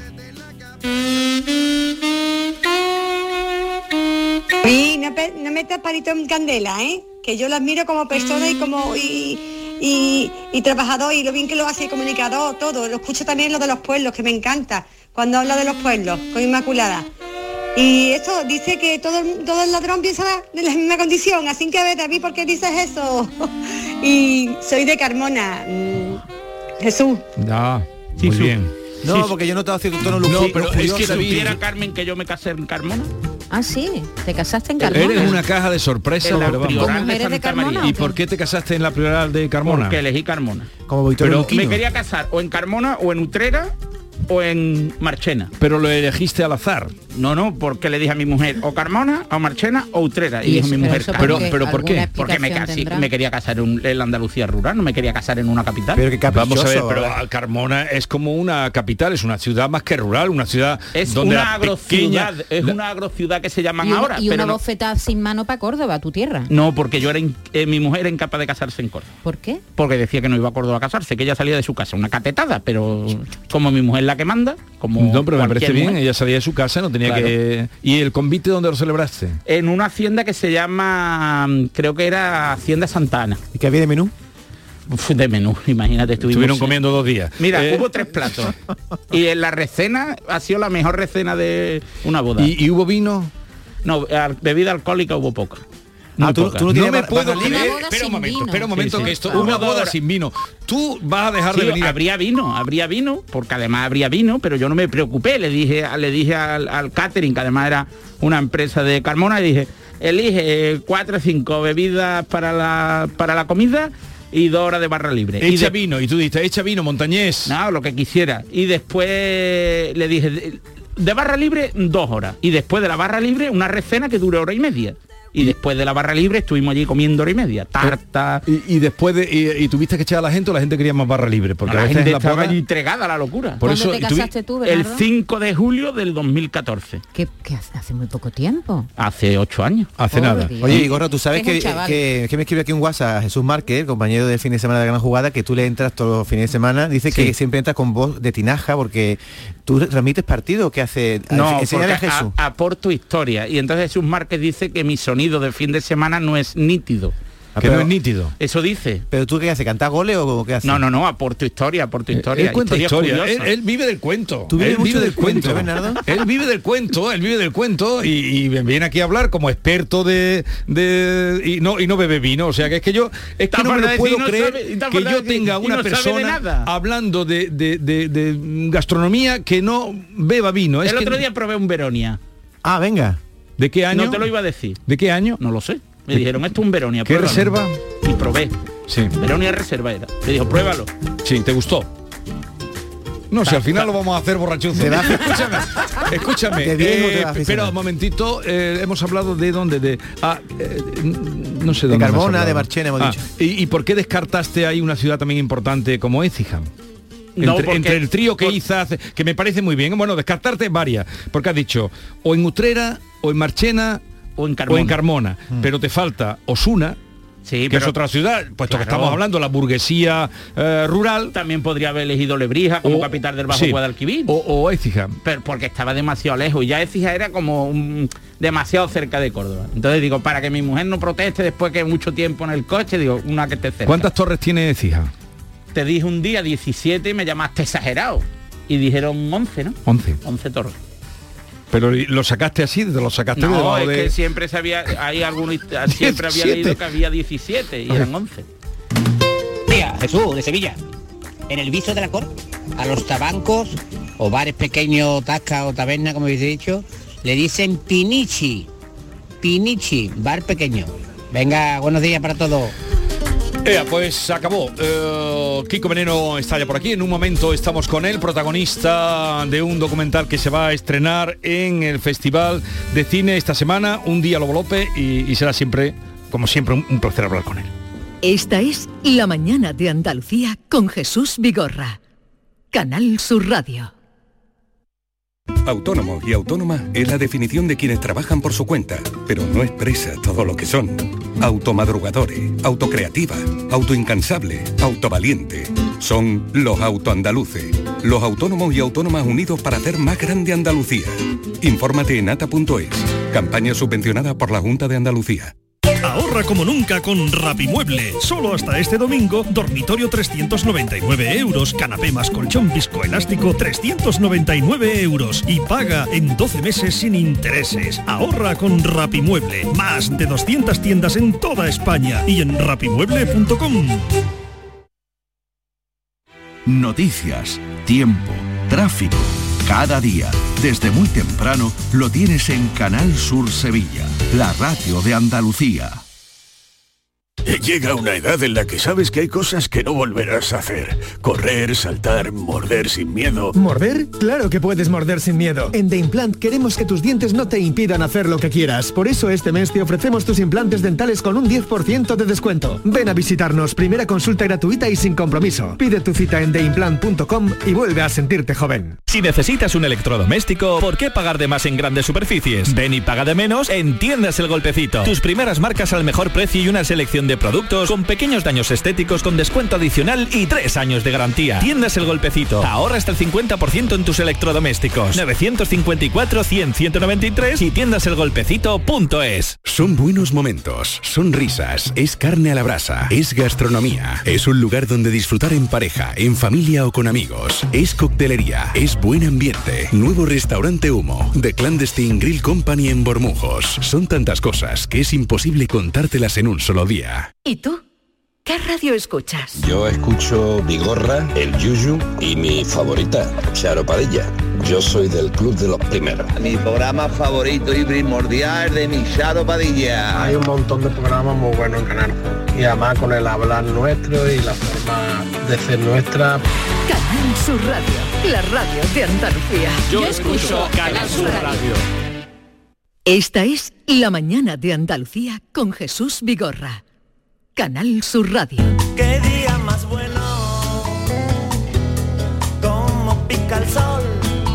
Y no metas palito en candela, ¿eh? Que yo lo admiro como persona y como... Y trabajador, y lo bien que lo hace, comunicador, todo. Lo escucho también lo de los pueblos, que me encanta, cuando habla de los pueblos, con Inmaculada. Y esto dice que todo el ladrón piensa de la misma condición, así que a ver, David, ¿por qué dices eso? Y soy de Carmona, Jesús. Ah, muy bien. No, porque yo no estaba haciendo tono lujoso. No, pero es que supiera Carmen que yo me casé en Carmona. Ah, sí, te casaste en Carmona. Eres una caja de sorpresas, pero vamos. ¿Con mujeres de Carmona? ¿Y por qué te casaste en la prioral de Carmona? Porque elegí Carmona. Como Victoria Luquino. Me quería casar o en Carmona o en Utrera o en Marchena. Pero lo elegiste al azar. No, porque le dije a mi mujer o Carmona o Marchena o Utrera. Y dijo mi mujer, pero ¿por qué? Porque me quería casar en la Andalucía rural, no me quería casar en una capital. Pero qué vamos a ver, pero Carmona es como una capital, es una ciudad más que rural, una ciudad es donde una agrociudad, es una agrociudad que se llaman ahora. Y una bofetada sin mano para Córdoba, tu tierra. No, porque yo era mi mujer era incapaz de casarse en Córdoba. ¿Por qué? Porque decía que no iba a Córdoba a casarse, que ella salía de su casa, una catetada, pero como mi mujer la que manda, como no, pero me parece cualquier bien, mujer. ella salía de su casa, no tenía Claro. que... ¿Y el convite dónde lo celebraste? En una hacienda que se llama, creo que era Hacienda Santa Ana. ¿Y qué había de menú? Uf, de menú, imagínate. Estuvieron comiendo 2 días. Mira, hubo 3 platos. Y en la recena ha sido la mejor recena de una boda. ¿Y hubo vino? No, bebida alcohólica hubo poca. Muy tú poca. no No tienes me puedo barra libre. creer. Espera un momento, Sí, sí. que esto, Ah, una una boda boda. sin vino. Tú vas a dejar Sí, de venir. habría vino, porque además habría vino, pero yo no me preocupé, le dije al catering, que además era una empresa de Carmona, y dije, elige 4 o 5 bebidas para la comida y 2 horas de barra libre. Echa vino, y tú dices, echa vino, montañés. No, lo que quisiera. Y después le dije, de barra libre 2 horas. Y después de la barra libre una recena que dure 1 hora y media. Y después de la barra libre estuvimos allí comiendo 1 hora y media. Tarta. Y después y tuviste que echar a la gente, o la gente quería más barra libre, porque No, a la veces gente en la estaba boda- allí entregada a la locura. Por eso, ¿Cuándo te casaste tú, El Bernardo? 5 de julio del 2014. Que hace muy poco tiempo. Hace 8 años. Hace Pobre nada. Dios. Oye, Igorra, tú sabes Es un que chaval. me escribe aquí un WhatsApp a Jesús Márquez, el compañero del fin de semana de la Gran Jugada, que tú le entras todos los fines de semana. Dice Sí. que siempre entras con voz de tinaja porque tú transmites partido. ¿Qué hace? No, Enséñale a porque Jesús. aporto historia. Y entonces Jesús Márquez dice que mi sonido de fin de semana no es nítido. Que no es nítido. Eso dice. ¿Pero tú qué haces? ¿Cantas goles o qué haces? No, aporto historia. Él cuenta historia. curiosas. Él vive del cuento. ¿Tú vives Él mucho vive del del cuento, cuento, Bernardo? Él vive del cuento y viene aquí a hablar como experto y no bebe vino. O sea que es que yo es que no me lo puedo creer que yo tenga una persona hablando de gastronomía que no beba vino. El otro día probé un Veronia. Ah, venga. ¿De qué año? No te lo iba a decir. ¿De qué año? No lo sé. Me dijeron, esto es un Veronia. ¿Qué pruébalo. reserva? Y probé. Sí. Veronia reserva era. Me dijo, pruébalo. Sí, ¿te gustó? No, si al final lo vamos a hacer borrachuzo. Escúchame. ¿De viejo te va a aficionar? Espera un momentito, hemos hablado de dónde, no sé dónde. De Carmona, hemos hablado. de Marchena, hemos dicho. ¿Y por qué descartaste ahí una ciudad también importante como Écija? No, Entre el trío que hizo, que me parece muy bien. Bueno, descartarte varias, porque has dicho o en Utrera, o en Marchena, o en Carmona. Pero te falta Osuna, Sí, que es otra ciudad, puesto que Claro. estamos hablando de la burguesía rural. También podría haber elegido Lebrija como O- capital del Bajo sí. Guadalquivir. O Écija. Pero porque estaba demasiado lejos. Y ya Écija era como demasiado cerca de Córdoba. Entonces digo, para que mi mujer no proteste después que mucho tiempo en el coche, digo, una que esté cerca. ¿Cuántas torres tiene Écija? Te dije un día 17 y me llamaste exagerado. Y dijeron 11, ¿no? 11. 11 torres. Pero lo sacaste así, te lo sacaste No, debajo es de... que siempre hay algunos, siempre había 17. leído que había 17 y eran 11. Mira, Jesús, de Sevilla. En el viso de la cor, a los tabancos o bares pequeños, tasca o taberna, como habéis dicho, le dicen pinichi. Pinichi, bar pequeño. Venga, buenos días para todos. Pues se acabó. Kiko Veneno está ya por aquí. En un momento estamos con él, protagonista de un documental que se va a estrenar en el Festival de Cine esta semana, Un día Lobo López, y será siempre, como siempre, un placer hablar con él. Esta es La Mañana de Andalucía con Jesús Vigorra. Canal Sur Radio. Autónomo y autónoma es la definición de quienes trabajan por su cuenta, pero no expresa todo lo que son. Automadrugadores, autocreativa, autoincansable, autovaliente. Son los autoandaluces, los autónomos y autónomas unidos para hacer más grande Andalucía. Infórmate en ata.es, campaña subvencionada por la Junta de Andalucía. Ahorra como nunca con Rapimueble. Solo hasta este domingo, dormitorio 399 euros, canapé más colchón viscoelástico 399 euros y paga en 12 meses sin intereses. Ahorra con Rapimueble. Más de 200 tiendas en toda España y en rapimueble.com. Noticias, tiempo, tráfico. Cada día, desde muy temprano, lo tienes en Canal Sur Sevilla, la radio de Andalucía. Llega una edad en la que sabes que hay cosas que no volverás a hacer. Correr, saltar, morder sin miedo. ¿Morder? Claro que puedes morder sin miedo. En The Implant queremos que tus dientes no te impidan hacer lo que quieras. Por eso este mes te ofrecemos tus implantes dentales con un 10% de descuento. Ven a visitarnos, primera consulta gratuita y sin compromiso. Pide tu cita en theimplant.com y vuelve a sentirte joven. Si necesitas un electrodoméstico, ¿por qué pagar de más en grandes superficies? Ven y paga de menos en Tiendas El Golpecito. Tus primeras marcas al mejor precio y una selección de de productos con pequeños daños estéticos con descuento adicional y 3 años de garantía. Tiendas El Golpecito. Ahorra hasta el 50% en tus electrodomésticos. 954-100-193 y tiendaselgolpecito.es. Son buenos momentos, son risas, es carne a la brasa, es gastronomía, es un lugar donde disfrutar en pareja, en familia o con amigos, es coctelería, es buen ambiente. Nuevo restaurante Humo, The Clandestine Grill Company en Bormujos. Son tantas cosas que es imposible contártelas en un solo día. ¿Y tú? ¿Qué radio escuchas? Yo escucho Vigorra, El Yuyu y mi favorita, Charo Padilla. Yo soy del club de los primeros. Mi programa favorito y primordial de mi Charo Padilla. Hay un montón de programas muy buenos en Canal Sur. Y además con el hablar nuestro y la forma de ser nuestra. Canal Sur Radio, la radio de Andalucía. Yo escucho Canal Sur Radio. Esta es La Mañana de Andalucía con Jesús Vigorra. Canal Sur Radio. Qué día más bueno, como pica el sol.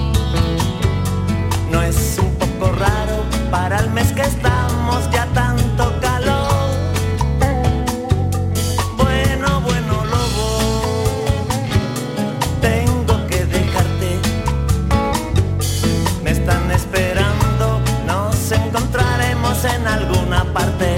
No es un poco raro para el mes que estamos, ya tanto calor. Bueno, bueno, lobo, tengo que dejarte. Me están esperando, nos encontraremos en alguna parte.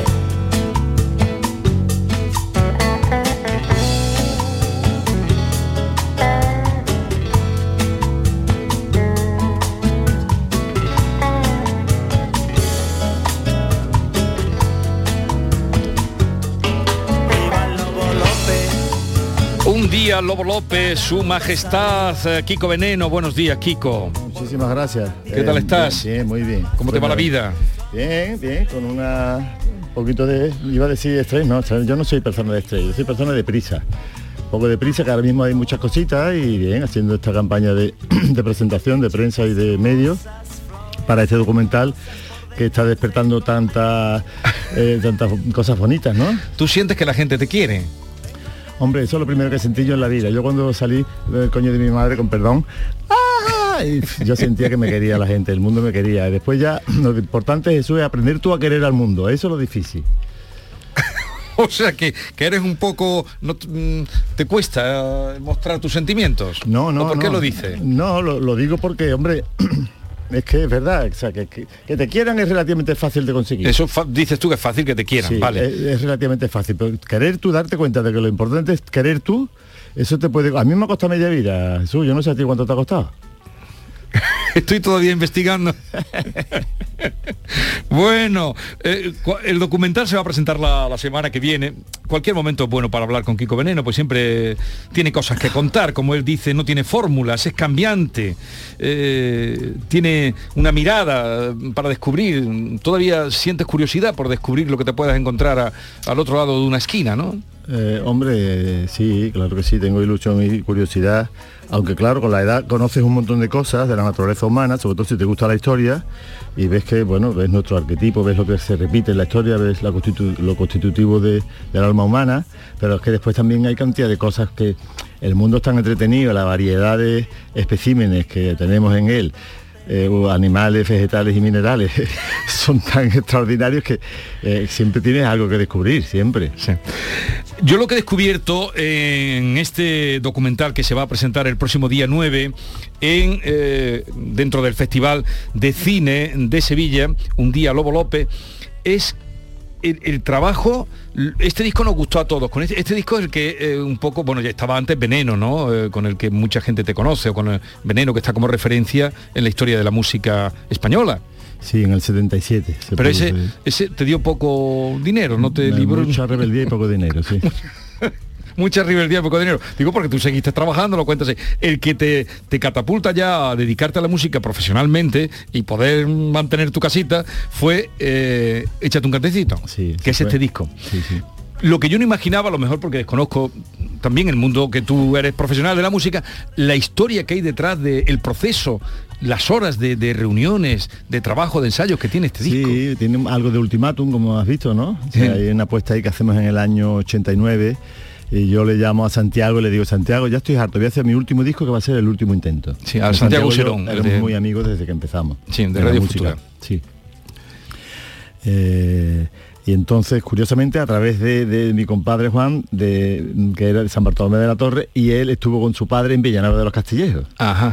Un día, Lobo López, su majestad, Kiko Veneno. Buenos días, Kiko. Muchísimas gracias. ¿Qué tal estás? Bien, muy bien. ¿Cómo te va la vida? Bien, bien, con un poquito de, iba a decir estrés, no, yo no soy persona de estrés, yo soy persona de prisa. Un poco de prisa, que ahora mismo hay muchas cositas y bien, haciendo esta campaña de presentación, de prensa y de medios para este documental que está despertando tantas cosas bonitas, ¿no? ¿Tú sientes que la gente te quiere? Hombre, eso es lo primero que sentí yo en la vida. Yo cuando salí del coño de mi madre, con perdón, y yo sentía que me quería la gente, el mundo me quería. Y después ya, lo importante, Jesús, es aprender tú a querer al mundo. Eso es lo difícil. O sea, que eres un poco... No, ¿te cuesta mostrar tus sentimientos? No. ¿O por qué no. lo dices? No, lo digo porque, hombre... Es que es verdad, o sea, que te quieran es relativamente fácil de conseguir. Eso dices tú que es fácil que te quieran, sí, vale. Es relativamente fácil, pero querer tú, darte cuenta de que lo importante es querer tú, eso te puede... A mí me ha costado media vida, Jesús, yo no sé a ti cuánto te ha costado. Estoy todavía investigando. Bueno, el documental se va a presentar la semana que viene. Cualquier momento es bueno para hablar con Kiko Veneno, pues siempre tiene cosas que contar. Como él dice, no tiene fórmulas, es cambiante. Tiene una mirada para descubrir. Todavía sientes curiosidad por descubrir lo que te puedas encontrar al otro lado de una esquina, ¿no? Hombre, sí, claro que sí, tengo ilusión y curiosidad, aunque claro, con la edad conoces un montón de cosas de la naturaleza humana, sobre todo si te gusta la historia, y ves que, bueno, ves nuestro arquetipo, ves lo que se repite en la historia, ves lo constitutivo del alma humana, pero es que después también hay cantidad de cosas que el mundo es tan entretenido, la variedad de especímenes que tenemos en él, animales, vegetales y minerales son tan extraordinarios que siempre tienes algo que descubrir, siempre. Sí. Yo lo que he descubierto en este documental que se va a presentar el próximo día 9 dentro del Festival de Cine de Sevilla, Un día Lobo López, es el trabajo. Este disco nos gustó a todos. Con este disco es el que un poco, bueno, ya estaba antes Veneno, ¿no? Con el que mucha gente te conoce, o con el Veneno, que está como referencia en la historia de la música española. Sí, en el 77. Pero ese te dio poco dinero, ¿no? Te libró... Mucha rebeldía y poco dinero, sí. Mucha rebeldía y poco dinero. Digo porque tú seguiste trabajando, lo cuentas. El que te catapulta ya a dedicarte a la música profesionalmente y poder mantener tu casita fue Échate un cantecito, sí, que es fue este disco. Sí, sí. Lo que yo no imaginaba, a lo mejor porque desconozco también el mundo que tú eres profesional de la música, la historia que hay detrás del proceso, las horas de reuniones, de trabajo, de ensayos que tiene este disco. Sí, tiene algo de ultimátum, como has visto, ¿no? O sea, hay una apuesta ahí que hacemos en el año 89, y yo le llamo a Santiago y le digo, Santiago, ya estoy harto, voy a hacer mi último disco que va a ser el último intento. Sí, a Santiago Serón. Éramos muy amigos desde que empezamos. Sí, de Radio Futura. Sí. Y entonces, curiosamente, a través de mi compadre Juan, que era de San Bartolomé de la Torre, y él estuvo con su padre en Villanueva de los Castillejos. Ajá.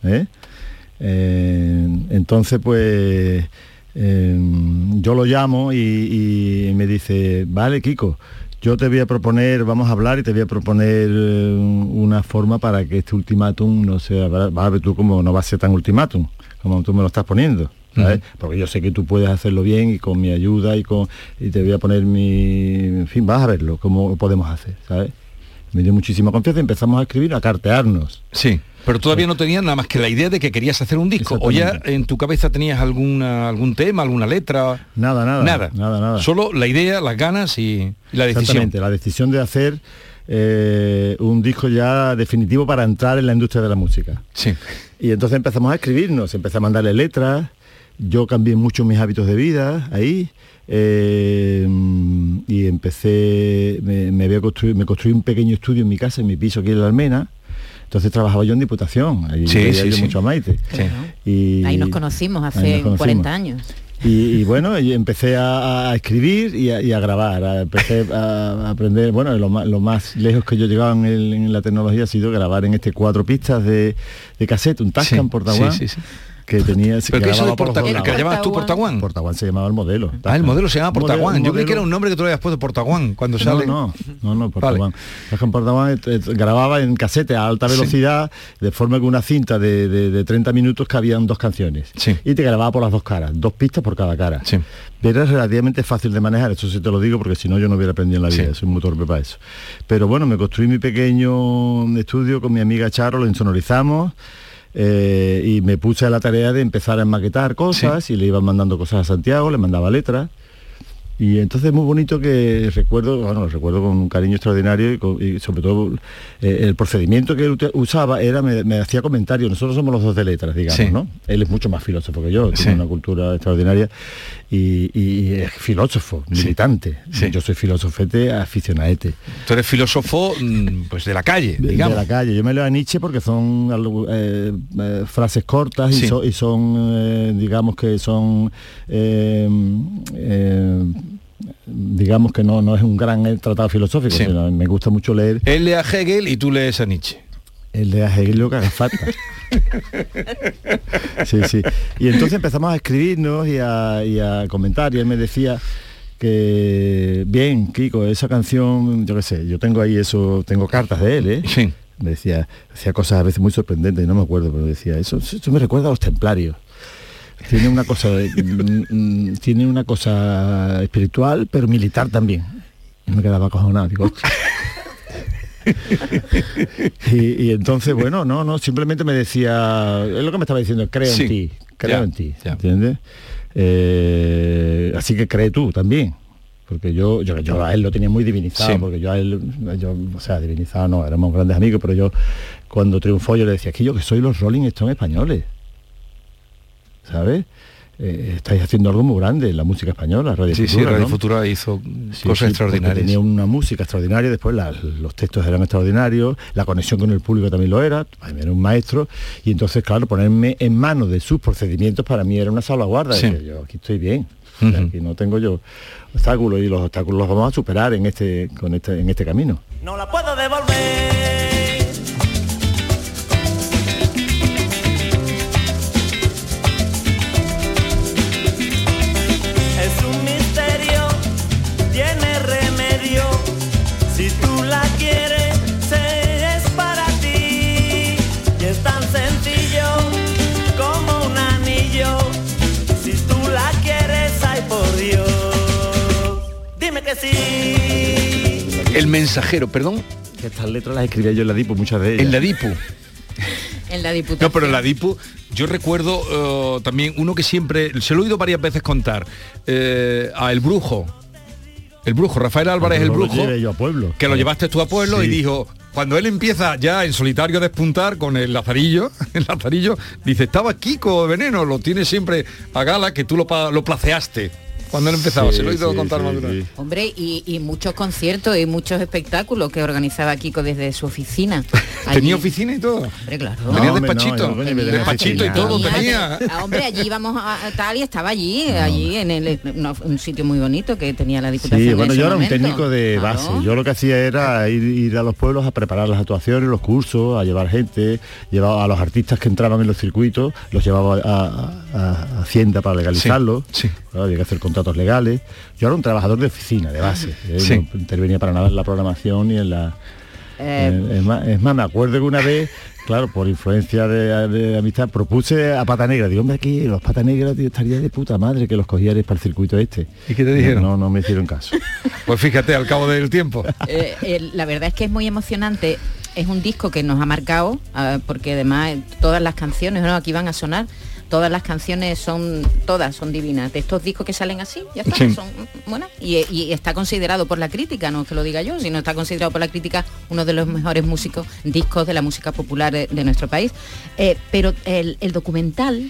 Entonces, pues, yo lo llamo y me dice, vale, Kiko, yo te voy a proponer, vamos a hablar y te voy a proponer una forma para que este ultimátum no sea, va a ver tú cómo no va a ser tan ultimátum, como tú me lo estás poniendo, ¿sabes? Porque yo sé que tú puedes hacerlo bien y con mi ayuda y te voy a poner en fin, vas a verlo, cómo lo podemos hacer, ¿sabes? Me dio muchísima confianza y empezamos a escribir, a cartearnos. Sí. Pero todavía no tenías nada más que la idea de que querías hacer un disco. ¿O ya en tu cabeza tenías algún tema, alguna letra? Nada. Solo la idea, las ganas y la decisión. Exactamente, la decisión de hacer un disco ya definitivo para entrar en la industria de la música. Sí. Y entonces empezamos a escribirnos, empecé a mandarle letras, yo cambié mucho mis hábitos de vida ahí, y empecé, me construí un pequeño estudio en mi casa, en mi piso aquí en La Almena. Entonces trabajaba yo en Diputación, ahí mucho a Maite. Sí. Y ahí nos conocimos hace 40 años. Y bueno, y empecé a escribir y a grabar, empecé a aprender, bueno, lo más lejos que yo llegaba en la tecnología ha sido grabar en 4 pistas de cassette, un Tascam Portaguán. Que tenía pero que eso de Portaguán, que llamabas tú Portaguán. Portaguán se llamaba el modelo. Tascam. El modelo se llama Portaguán. Yo creí que era un nombre que tú le habías puesto, Portaguán, cuando sale. No, Portaguán. Tascam Portaguán grababa en casete a alta velocidad, de forma que una cinta de 30 minutos cabían 2 canciones. Sí. Y te grababa por las 2 caras, 2 pistas por cada cara. Sí. Era relativamente fácil de manejar, eso sí te lo digo porque si no yo no hubiera aprendido en la vida, soy muy torpe para eso. Pero bueno, me construí mi pequeño estudio con mi amiga Charo, lo insonorizamos. Y me puse a la tarea de empezar a maquetar cosas y le iban mandando cosas a Santiago, le mandaba letras. Y entonces es muy bonito que lo recuerdo con un cariño extraordinario y sobre todo el procedimiento que él usaba era, me hacía comentarios, nosotros somos los dos de letras, digamos, ¿no? Él es mucho más filósofo que yo, tiene una cultura extraordinaria y es filósofo, militante. Yo soy filósofete, aficionadete. Tú eres filósofo pues de la calle, digamos. De la calle, yo me leo a Nietzsche porque son frases cortas y son digamos que son digamos que no es un gran tratado filosófico, sino me gusta mucho leer. Él lee a Hegel y tú lees a Nietzsche. Él lee a Hegel lo que haga falta. Sí. Y entonces empezamos a escribirnos y a comentar, y él me decía que, bien, Kiko, esa canción, yo qué sé, yo tengo ahí eso, tengo cartas de él, Sí. Me decía cosas a veces muy sorprendentes, no me acuerdo, pero decía, eso me recuerda a los templarios. Tiene una cosa espiritual, pero militar también. Y me quedaba acojonado, digo, y entonces, bueno, no, simplemente me decía, es lo que me estaba diciendo, creo en ti, ¿entiendes? Así que cree tú también. Porque yo a él lo tenía muy divinizado, porque divinizado no, éramos grandes amigos, pero yo cuando triunfó yo le decía, que soy los Rolling Stones españoles. ¿Sabes? Estáis haciendo algo muy grande en la música española, Radio Futura. Sí, Radio Futura hizo cosas extraordinarias. Tenía una música extraordinaria, después los textos eran extraordinarios, la conexión con el público también lo era, era un maestro, y entonces, claro, ponerme en manos de sus procedimientos para mí era una salvaguarda. Yo aquí estoy bien, aquí no tengo yo obstáculos, y los obstáculos los vamos a superar en este camino. No la puedo devolver. El mensajero, perdón. Estas letras las escribía yo en la DIPU, muchas de ellas. En la DIPU. En la Diputación. No, pero en la DIPU yo recuerdo también uno que siempre, se lo he oído varias veces contar, a El Brujo, Rafael Álvarez, El Brujo, yo a Pueblo, que lo llevaste tú a Pueblo y dijo, cuando él empieza ya en solitario a despuntar con el Lazarillo, dice, estaba Kiko Veneno, lo tiene siempre a gala, que tú lo placeaste. cuando él empezaba, se lo he oído contar más de una vez. Hombre, y muchos conciertos y muchos espectáculos que organizaba Kiko desde su oficina. ¿Tenía oficina y todo? Hombre, claro. Tenía despachito. Despachito y todo tenía. Hombre, allí íbamos a tal y estaba allí en un sitio muy bonito que tenía la Diputación. Sí, bueno, yo era un momento. técnico de base. Yo lo que hacía era ir a los pueblos a preparar las actuaciones, los cursos, a llevar gente, llevaba a los artistas que entraban en los circuitos, los llevaba a Hacienda para legalizarlos. Sí. Claro, había que hacer contratos legales. Yo era un trabajador de oficina, de base. No intervenía para nada en la programación ni en la... es más, me acuerdo que una vez, claro, por influencia de amistad, propuse a Pata Negra. Digo, hombre, aquí los Pata Negra, tío, estaría de puta madre que los cogierais para el circuito este. ¿Y qué te dijeron? No me hicieron caso. Pues fíjate, al cabo del tiempo. La verdad es que es muy emocionante. Es un disco que nos ha marcado, porque además todas las canciones, ¿no? Aquí van a sonar. Todas las canciones son divinas. De estos discos que salen así, ya está, son buenas. Y está considerado por la crítica, no es que lo diga yo, sino está considerado por la crítica uno de los mejores discos de la música popular de nuestro país. Pero el documental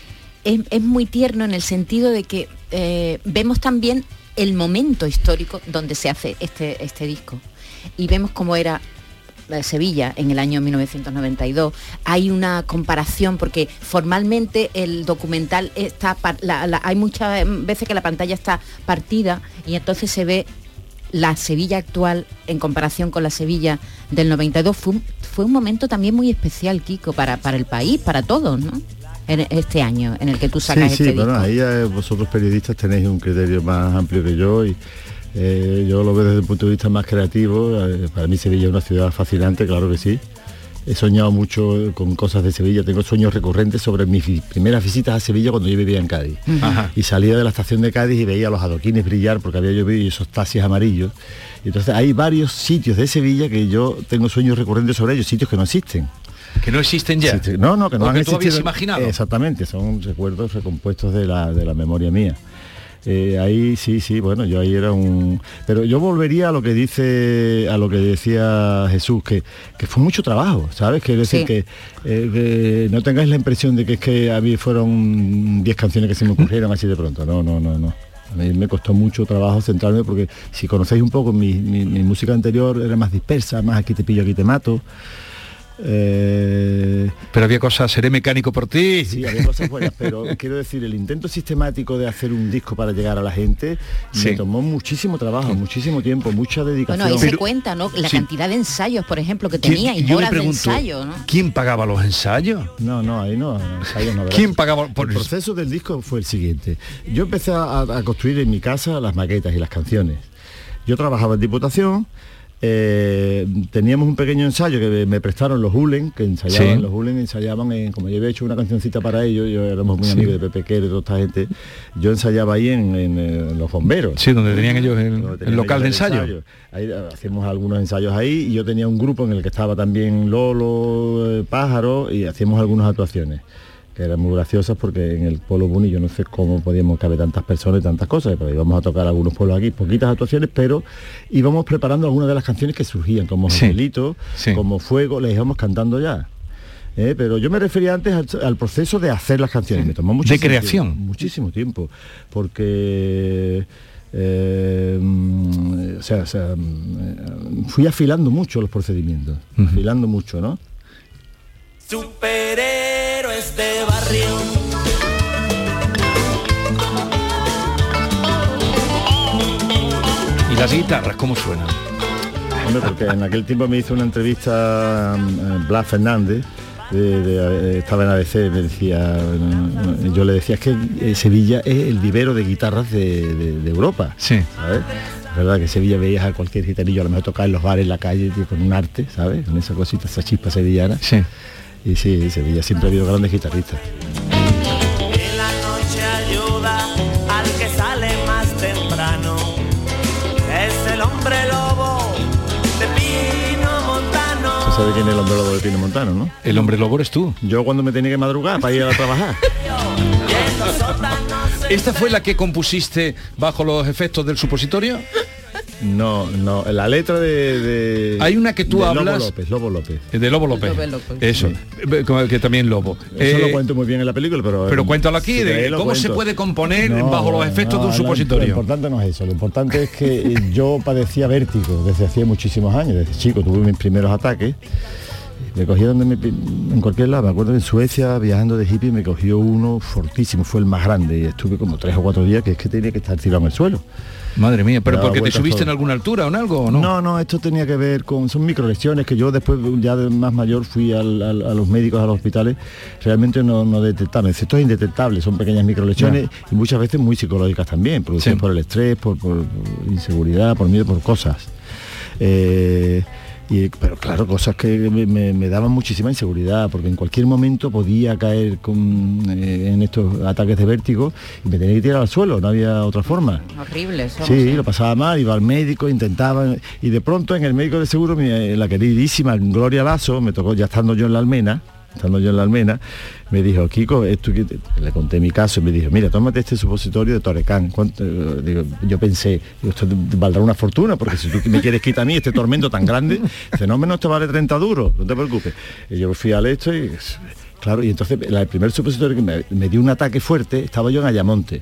es muy tierno en el sentido de que vemos también el momento histórico donde se hace este disco. Y vemos cómo era Sevilla en el año 1992. Hay una comparación porque formalmente el documental está hay muchas veces que la pantalla está partida y entonces se ve la Sevilla actual en comparación con la Sevilla del 92. Fue un momento también muy especial, Kiko, para el país, para todos, ¿no? En este año en el que tú sacas este disco. Bueno, ahí vosotros periodistas tenéis un criterio más amplio que yo y yo lo veo desde el punto de vista más creativo. Para mí Sevilla es una ciudad fascinante, claro que sí. He soñado mucho con cosas de Sevilla, tengo sueños recurrentes sobre mis primeras visitas a Sevilla cuando yo vivía en Cádiz. Ajá. Y salía de la estación de Cádiz y veía los adoquines brillar porque había llovido y esos taxis amarillos. Y entonces hay varios sitios de Sevilla que yo tengo sueños recurrentes sobre ellos, sitios que no existen. ¿Que no existen ya? Sí, no, que no han existido. ¿Tú habías imaginado? Exactamente, son recuerdos recompuestos de la memoria mía. Ahí sí, bueno, yo ahí era pero yo volvería a lo que decía Jesús, que fue mucho trabajo, ¿sabes? Quiero decir que no tengáis la impresión de que es que a mí fueron 10 canciones que se me ocurrieron así de pronto. No. A mí me costó mucho trabajo centrarme porque si conocéis un poco mi música anterior era más dispersa, más aquí te pillo, aquí te mato. Pero había cosas, seré mecánico por ti. Sí, había cosas buenas, pero quiero decir, el intento sistemático de hacer un disco para llegar a la gente me tomó muchísimo trabajo, muchísimo tiempo, mucha dedicación. Bueno, ahí se cuenta, ¿no? La cantidad de ensayos, por ejemplo, que tenía y horas de ensayo, ¿no? ¿Quién pagaba los ensayos? No, ahí no, ensayos no. ¿Quién pagaba? El proceso del disco fue el siguiente. Yo empecé a construir en mi casa las maquetas y las canciones. Yo trabajaba en Diputación. Teníamos un pequeño ensayo que me prestaron los Hulen, que ensayaban, los Hulen ensayaban, como yo había hecho una cancioncita para ellos, yo éramos muy amigos de Pepe Quer, de toda esta gente, yo ensayaba ahí en Los Bomberos. Sí, donde tenían ellos el local de ensayo. Ahí hacíamos algunos ensayos ahí y yo tenía un grupo en el que estaba también Lolo, Pájaro y hacíamos algunas actuaciones que eran muy graciosas porque en el Pueblo Buni yo no sé cómo podíamos caber tantas personas y tantas cosas, pero íbamos a tocar algunos pueblos aquí, poquitas actuaciones, pero íbamos preparando algunas de las canciones que surgían, como Joselito, como Fuego, las íbamos cantando ya. Pero yo me refería antes al proceso de hacer las canciones, me tomó muchísimo creación. Tiempo, muchísimo tiempo, porque fui afilando mucho los procedimientos, afilando mucho, ¿no? Superhéroes de barrio. ¿Y las guitarras cómo suenan? Hombre, porque en aquel tiempo me hizo una entrevista Blas Fernández, estaba en ABC, me decía, yo le decía, es que Sevilla es el vivero de guitarras de Europa. Sí. ¿Sabes? Es verdad que Sevilla veías a cualquier gitanillo a lo mejor tocar en los bares, en la calle, tío, con un arte, ¿sabes? Con esa cosita, esa chispa sevillana. Sí. Y sí, Sevilla siempre ha habido grandes guitarristas. En la noche ayuda al que sale más temprano. Es el hombre lobo de Pino Montano. ¿Tú sabes quién es el hombre lobo de Pino Montano, no? El hombre lobo eres tú. Yo cuando me tenía que madrugar para ir a trabajar. ¿Esta fue la que compusiste bajo los efectos del supositorio? No, la letra de hay una que tú de hablas... Lobo López. De Lobo López. Eso, que también Lobo. Eso lo cuento muy bien en la película, pero cuéntalo aquí, de cómo se puede componer bajo los efectos de un supositorio. Lo importante no es eso, lo importante es que yo padecía vértigo desde hacía muchísimos años, desde chico tuve mis primeros ataques. Me cogía en cualquier lado, me acuerdo que en Suecia, viajando de hippie, me cogió uno fortísimo, fue el más grande, y estuve como 3 o 4 días que es que tenía que estar tirado en el suelo. Madre mía, pero porque te subiste en alguna altura o en algo, ¿o no? No, esto tenía que ver con, son microlesiones que yo después, ya de más mayor, fui a los médicos, a los hospitales, realmente no detectaban. Esto es indetectable, son pequeñas microlesiones y muchas veces muy psicológicas también, producidas por el estrés, por inseguridad, por miedo, por cosas. Pero claro, cosas que me daban muchísima inseguridad, porque en cualquier momento podía caer en estos ataques de vértigo y me tenía que tirar al suelo, no había otra forma. Horrible eso. Sí, lo pasaba mal, iba al médico, intentaba, y de pronto en el médico de seguro, la queridísima Gloria Lasso, me tocó ya estando yo en la Almena, me dijo, Kiko, le conté mi caso y me dijo, mira, tómate este supositorio de Torecán. Yo pensé, esto valdrá una fortuna, porque si tú me quieres quitar a mí este tormento tan grande, dice, no, menos te vale 30 duros, no te preocupes. Y yo fui al esto y, claro, y entonces el primer supositorio que me dio un ataque fuerte, estaba yo en Ayamonte,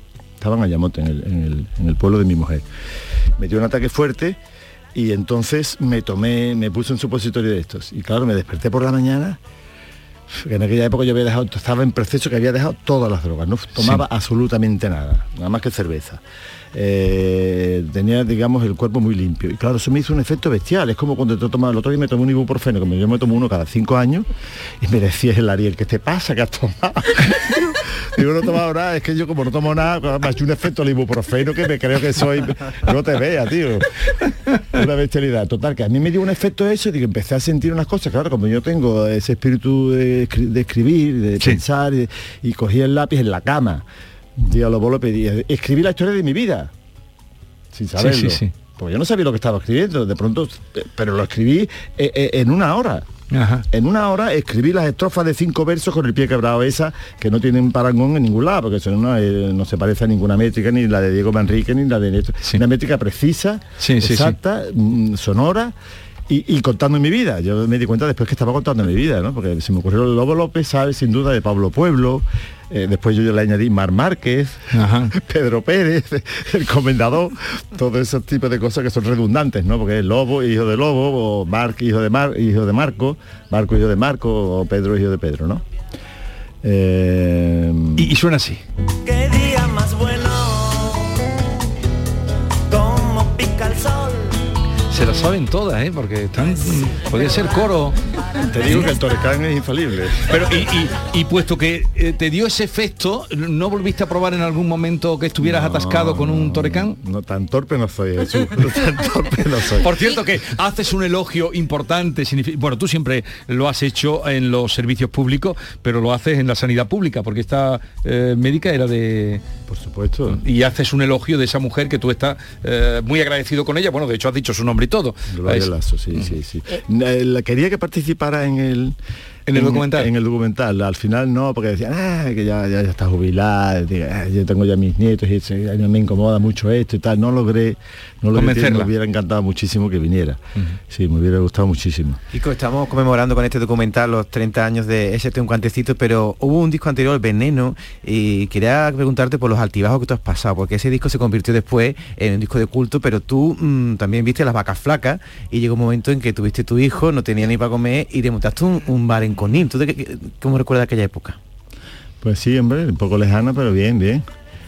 en el pueblo de mi mujer. Me dio un ataque fuerte y entonces me puse un supositorio de estos. Y claro, me desperté por la mañana. En aquella época yo estaba en proceso que había dejado todas las drogas, no tomaba absolutamente nada más que cerveza. Tenía, digamos, el cuerpo muy limpio. Y claro, eso me hizo un efecto bestial. Es como cuando te tomas, el otro día me tomé un ibuprofeno, como yo me tomo uno cada 5 años, y me decía el Ariel, ¿qué te pasa? ¿Qué has tomado? Digo, no he tomado nada, es que yo como no tomo nada, me ha hecho un efecto el ibuprofeno que me creo que soy... No te veas, tío. Una bestialidad. Total, que a mí me dio un efecto eso y digo, empecé a sentir unas cosas. Claro, como yo tengo ese espíritu de escribir, de pensar, y cogí el lápiz en la cama. Tío, lo pedí. Escribí la historia de mi vida, sin saberlo. Sí. Porque yo no sabía lo que estaba escribiendo, de pronto, pero lo escribí en una hora. Ajá. En una hora escribí las estrofas de 5 versos con el pie quebrado, esas que no tienen parangón en ningún lado, porque eso no se parece a ninguna métrica, ni la de Diego Manrique, ni la de Néstor. Una métrica precisa, exacta, sonora. Y contando mi vida. Yo me di cuenta después que estaba contando mi vida, ¿no? Porque se me ocurrió el Lobo López, ¿sabes? Sin duda, de Pablo Pueblo. Después yo le añadí Mar Márquez, Pedro Pérez, el Comendador, todos esos tipos de cosas que son redundantes, ¿no? Porque es Lobo, hijo de Lobo, o Marc, hijo de Marco, hijo de Marco, o Pedro, hijo de Pedro, ¿no? Y suena así. Qué día más bueno, como pica el sol. Se lo saben todas, porque podría ser coro. Te digo que el Torecán es infalible. Pero y puesto que te dio ese efecto, ¿no volviste a probar en algún momento que estuvieras atascado con un Torecán? No, tan torpe no soy, Jesús. Tan torpe no soy. Por cierto, que haces un elogio importante. Bueno, tú siempre lo has hecho en los servicios públicos, pero lo haces en la sanidad pública, porque esta médica era de... Por supuesto. Y haces un elogio de esa mujer que tú estás muy agradecido con ella. Bueno, de hecho has dicho su nombre y todo. Gloria Lasso, sí. Quería que participara en el documental. En el documental. Al final no, porque decían, que ya está jubilada, yo tengo ya mis nietos y me incomoda mucho esto y tal. No logré convencerla. Me hubiera encantado muchísimo que viniera. Sí, me hubiera gustado muchísimo. Kiko, estamos conmemorando con este documental los 30 años de Échate un cantecito, pero hubo un disco anterior, Veneno, y quería preguntarte por los altibajos que tú has pasado, porque ese disco se convirtió después en un disco de culto, pero tú también viste Las Vacas Flacas y llegó un momento en que tuviste tu hijo, no tenía ni para comer y te montaste un bar en Conín. ¿Tú cómo recuerdas aquella época? Pues sí, hombre, un poco lejana, pero bien.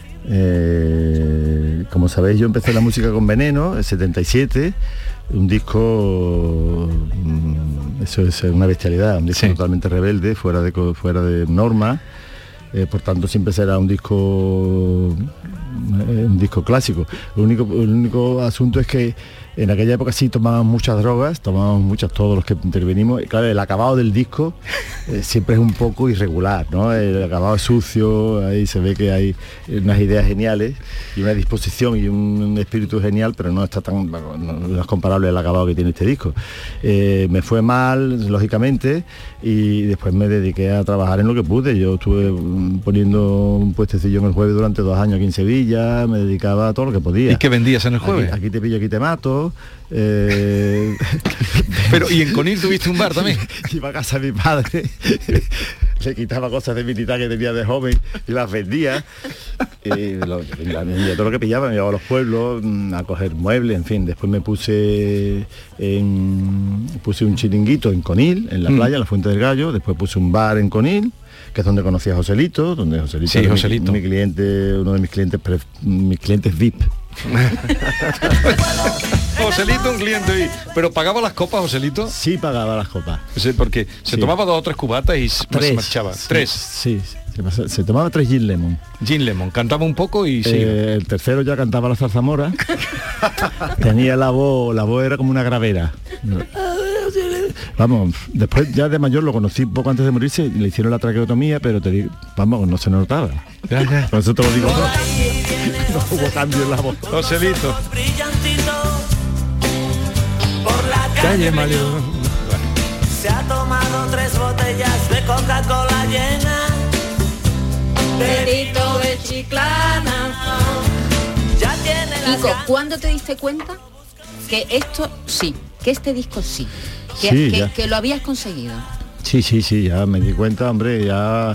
Como sabéis, yo empecé la música con Veneno, el 77, un disco, eso es una bestialidad, un disco totalmente rebelde, fuera de norma, por tanto siempre será un disco clásico. El único asunto es que en aquella época sí tomábamos muchas drogas, todos los que intervenimos. Y claro, el acabado del disco siempre es un poco irregular, ¿no? El acabado es sucio, ahí se ve que hay unas ideas geniales y una disposición y un espíritu genial, pero no está no es comparable al acabado que tiene este disco. Me fue mal, lógicamente, y después me dediqué a trabajar en lo que pude. Yo estuve poniendo un puestecillo en El Jueves durante 2 años aquí en Sevilla, Sevilla, me dedicaba a todo lo que podía. ¿Y qué vendías en el Jueves? Aquí te pillo, aquí te mato. Pero, ¿y en Conil tuviste un bar también? Iba a casa de mi padre, le quitaba cosas de militar que tenía de joven y las vendía. Todo lo que pillaba, me llevaba a los pueblos a coger muebles, en fin. Después me puse un chiringuito en Conil, en la playa, en la Fuente del Gallo. Después puse un bar en Conil, que es donde conocí a Joselito, donde Joselito, sí, Joselito. Mi cliente, uno de mis clientes VIP. Joselito, un cliente. ¿Pero pagaba las copas, Joselito? Sí, pagaba las copas. Sí, porque se tomaba 2 o 3 cubatas y se marchaba. Sí, 3. Sí, se tomaba 3 Gin Lemon. Gin Lemon, cantaba un poco y sí. El tercero ya cantaba la zarzamora. Tenía la voz era como una gravera. Vamos, después ya de mayor lo conocí poco antes de morirse y le hicieron la traqueotomía, pero te digo, vamos, no se notaba. Ya. Por eso te lo digo. No hubo cambio en la voz. Joselito. Por la calle Mayor se ha tomado 3 botellas de Coca-Cola llena. Perito de Chiclana. Ya tiene las Kiko, ¿cuándo te diste cuenta que esto sí, que este disco sí, que lo habías conseguido? Sí, ya me di cuenta, hombre, ya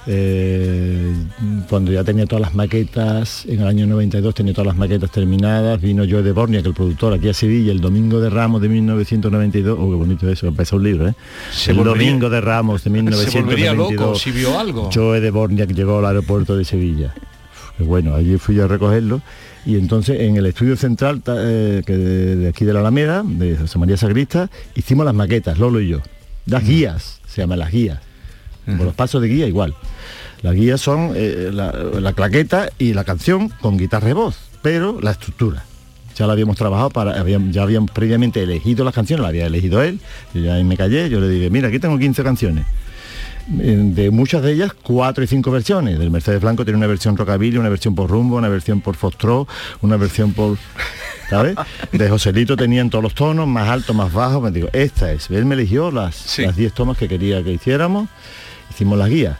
cuando ya tenía todas las maquetas, en el año 92 tenía todas las maquetas terminadas, vino Joe de Borniak, el productor, aquí a Sevilla, el Domingo de Ramos de 1992, qué bonito eso, empezó un libro, Domingo de Ramos de 1992. Se volvería loco si vio algo. Joe de Borniak llegó al aeropuerto de Sevilla. Bueno, allí fui a recogerlo. Y entonces en el estudio central de aquí de la Alameda, de José María Sagrista, hicimos las maquetas, Lolo y yo. Las guías, se llaman las guías. Como los pasos de guía igual. Las guías son la claqueta y la canción con guitarra y voz, pero la estructura. Ya la habíamos trabajado, ya habíamos previamente elegido las canciones, la había elegido él, yo ya me callé, yo le dije, mira, aquí tengo 15 canciones. De muchas de ellas 4 y 5 versiones. Del Mercedes Blanco tiene una versión rockabilly, una versión por rumbo, una versión por foxtrot, una versión por, ¿sabes? De Joselito tenían todos los tonos, más alto, más bajo. Me digo, esta es. Él me eligió las 10 tomas que quería que hiciéramos, hicimos las guías.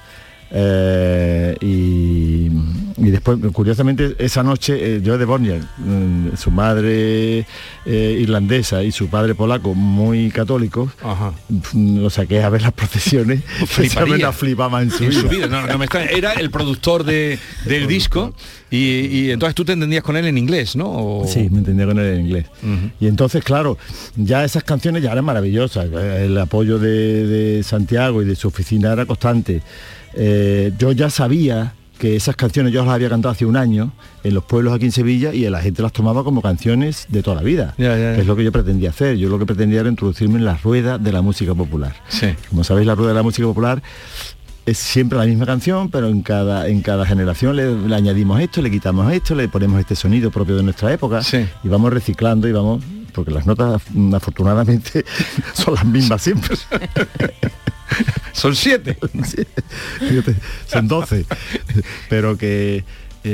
Y después, curiosamente, esa noche Joe de Borniak, su madre irlandesa y su padre polaco, muy católicos, lo saqué a ver las procesiones. Fliparía. Flipaba en su vida. No me extraña. Era el productor del disco y entonces tú te entendías con él en inglés, ¿no? ¿O? Sí, me entendía con él en inglés. Y entonces, claro, ya esas canciones ya eran maravillosas. El apoyo de Santiago y de su oficina era constante. Yo ya sabía que esas canciones yo las había cantado hace un año en los pueblos aquí en Sevilla y la gente las tomaba como canciones de toda la vida. Que es lo que yo pretendía hacer. Yo lo que pretendía era introducirme en la rueda de la música popular. Como sabéis, la rueda de la música popular es siempre la misma canción, pero en cada generación le añadimos esto, le quitamos esto, le ponemos este sonido propio de nuestra época y vamos reciclando y vamos, porque las notas afortunadamente son las mismas siempre. Son 7. Son 12. Pero que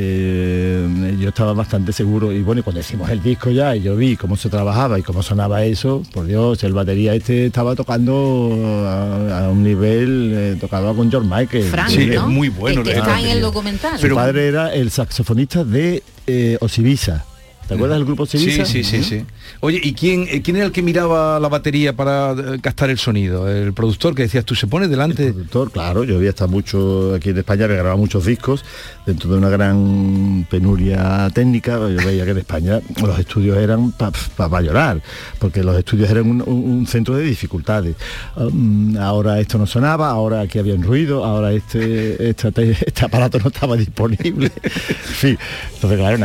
yo estaba bastante seguro. Y bueno, cuando hicimos el disco ya y yo vi cómo se trabajaba y cómo sonaba eso, por Dios, el batería estaba tocando a un nivel, tocaba con George Michael. Frank, sí, ¿no? Es muy bueno. Que está en el documental. Su padre era el saxofonista de Osibisa. ¿Te acuerdas del grupo Osibisa? Sí. Oye, ¿y quién era el que miraba la batería para captar el sonido? El productor que decías tú, se pone delante. El productor, claro, yo había estado mucho aquí en España, había grabado muchos discos dentro de una gran penuria técnica. Yo veía que en España los estudios eran para llorar, porque los estudios eran un centro de dificultades. Ahora esto no sonaba, ahora aquí había un ruido, ahora este aparato no estaba disponible. En fin, entonces claro,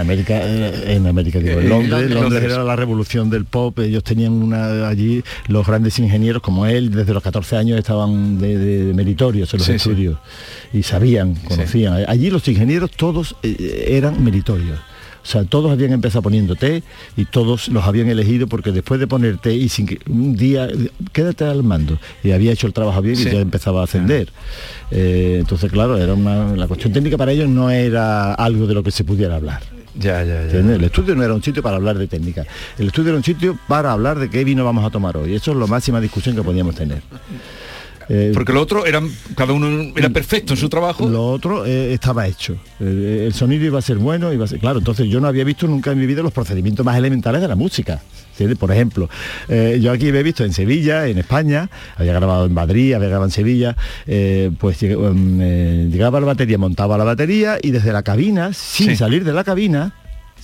en Londres era la revolución del pop. Ellos tenían allí los grandes ingenieros como él, desde los 14 años estaban de meritorios en los estudios y sabían, conocían. Allí los ingenieros todos eran meritorios. O sea, todos habían empezado poniendo té y todos los habían elegido porque después de poner té y sin que un día, quédate al mando, y había hecho el trabajo bien y ya empezaba a ascender. Entonces, claro, la cuestión técnica para ellos no era algo de lo que se pudiera hablar. Ya. El estudio no era un sitio para hablar de técnica. El estudio era un sitio para hablar de qué vino vamos a tomar hoy. Eso es la máxima discusión que podíamos tener. Porque lo otro cada uno era perfecto en su trabajo. Lo otro estaba hecho. El sonido iba a ser bueno, claro, entonces yo no había visto nunca en mi vida los procedimientos más elementales de la música. ¿Entiendes? Por ejemplo, yo aquí había visto en Sevilla, en España, había grabado en Madrid, había grabado en Sevilla, pues llegaba la batería, montaba la batería y desde la cabina, sin salir de la cabina,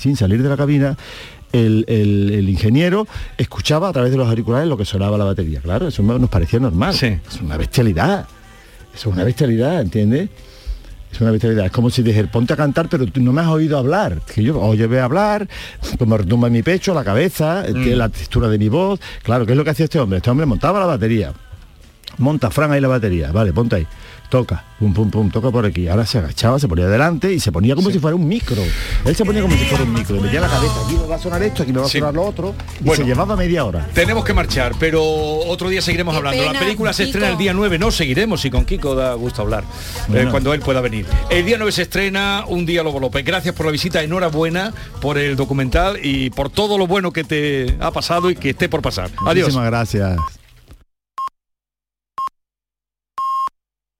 el ingeniero escuchaba a través de los auriculares lo que sonaba la batería. Claro, eso nos parecía normal. Es una bestialidad. Eso es una bestialidad, ¿entiendes? Es una bestialidad. Es como si dijera, ponte a cantar, pero tú no me has oído hablar. Que yo voy a hablar, pues me retumba en mi pecho, la cabeza, la textura de mi voz. Claro, ¿qué es lo que hacía este hombre? Este hombre montaba la batería. Monta, Fran, ahí la batería. Vale, ponte ahí. Toca, pum, pum, pum, toca por aquí. Ahora se agachaba, se ponía delante y se ponía como si fuera un micro. Él se ponía como si fuera un micro. Le metía la cabeza, aquí me va a sonar esto, aquí me va a sonar lo otro. Y se llevaba media hora. Tenemos que marchar, pero otro día seguiremos hablando. La película se estrena el día 9. No, seguiremos, y con Kiko da gusto hablar. Cuando él pueda venir. El día 9 se estrena Un día Lobo López. Gracias por la visita, enhorabuena por el documental y por todo lo bueno que te ha pasado y que esté por pasar. Adiós. Muchísimas gracias.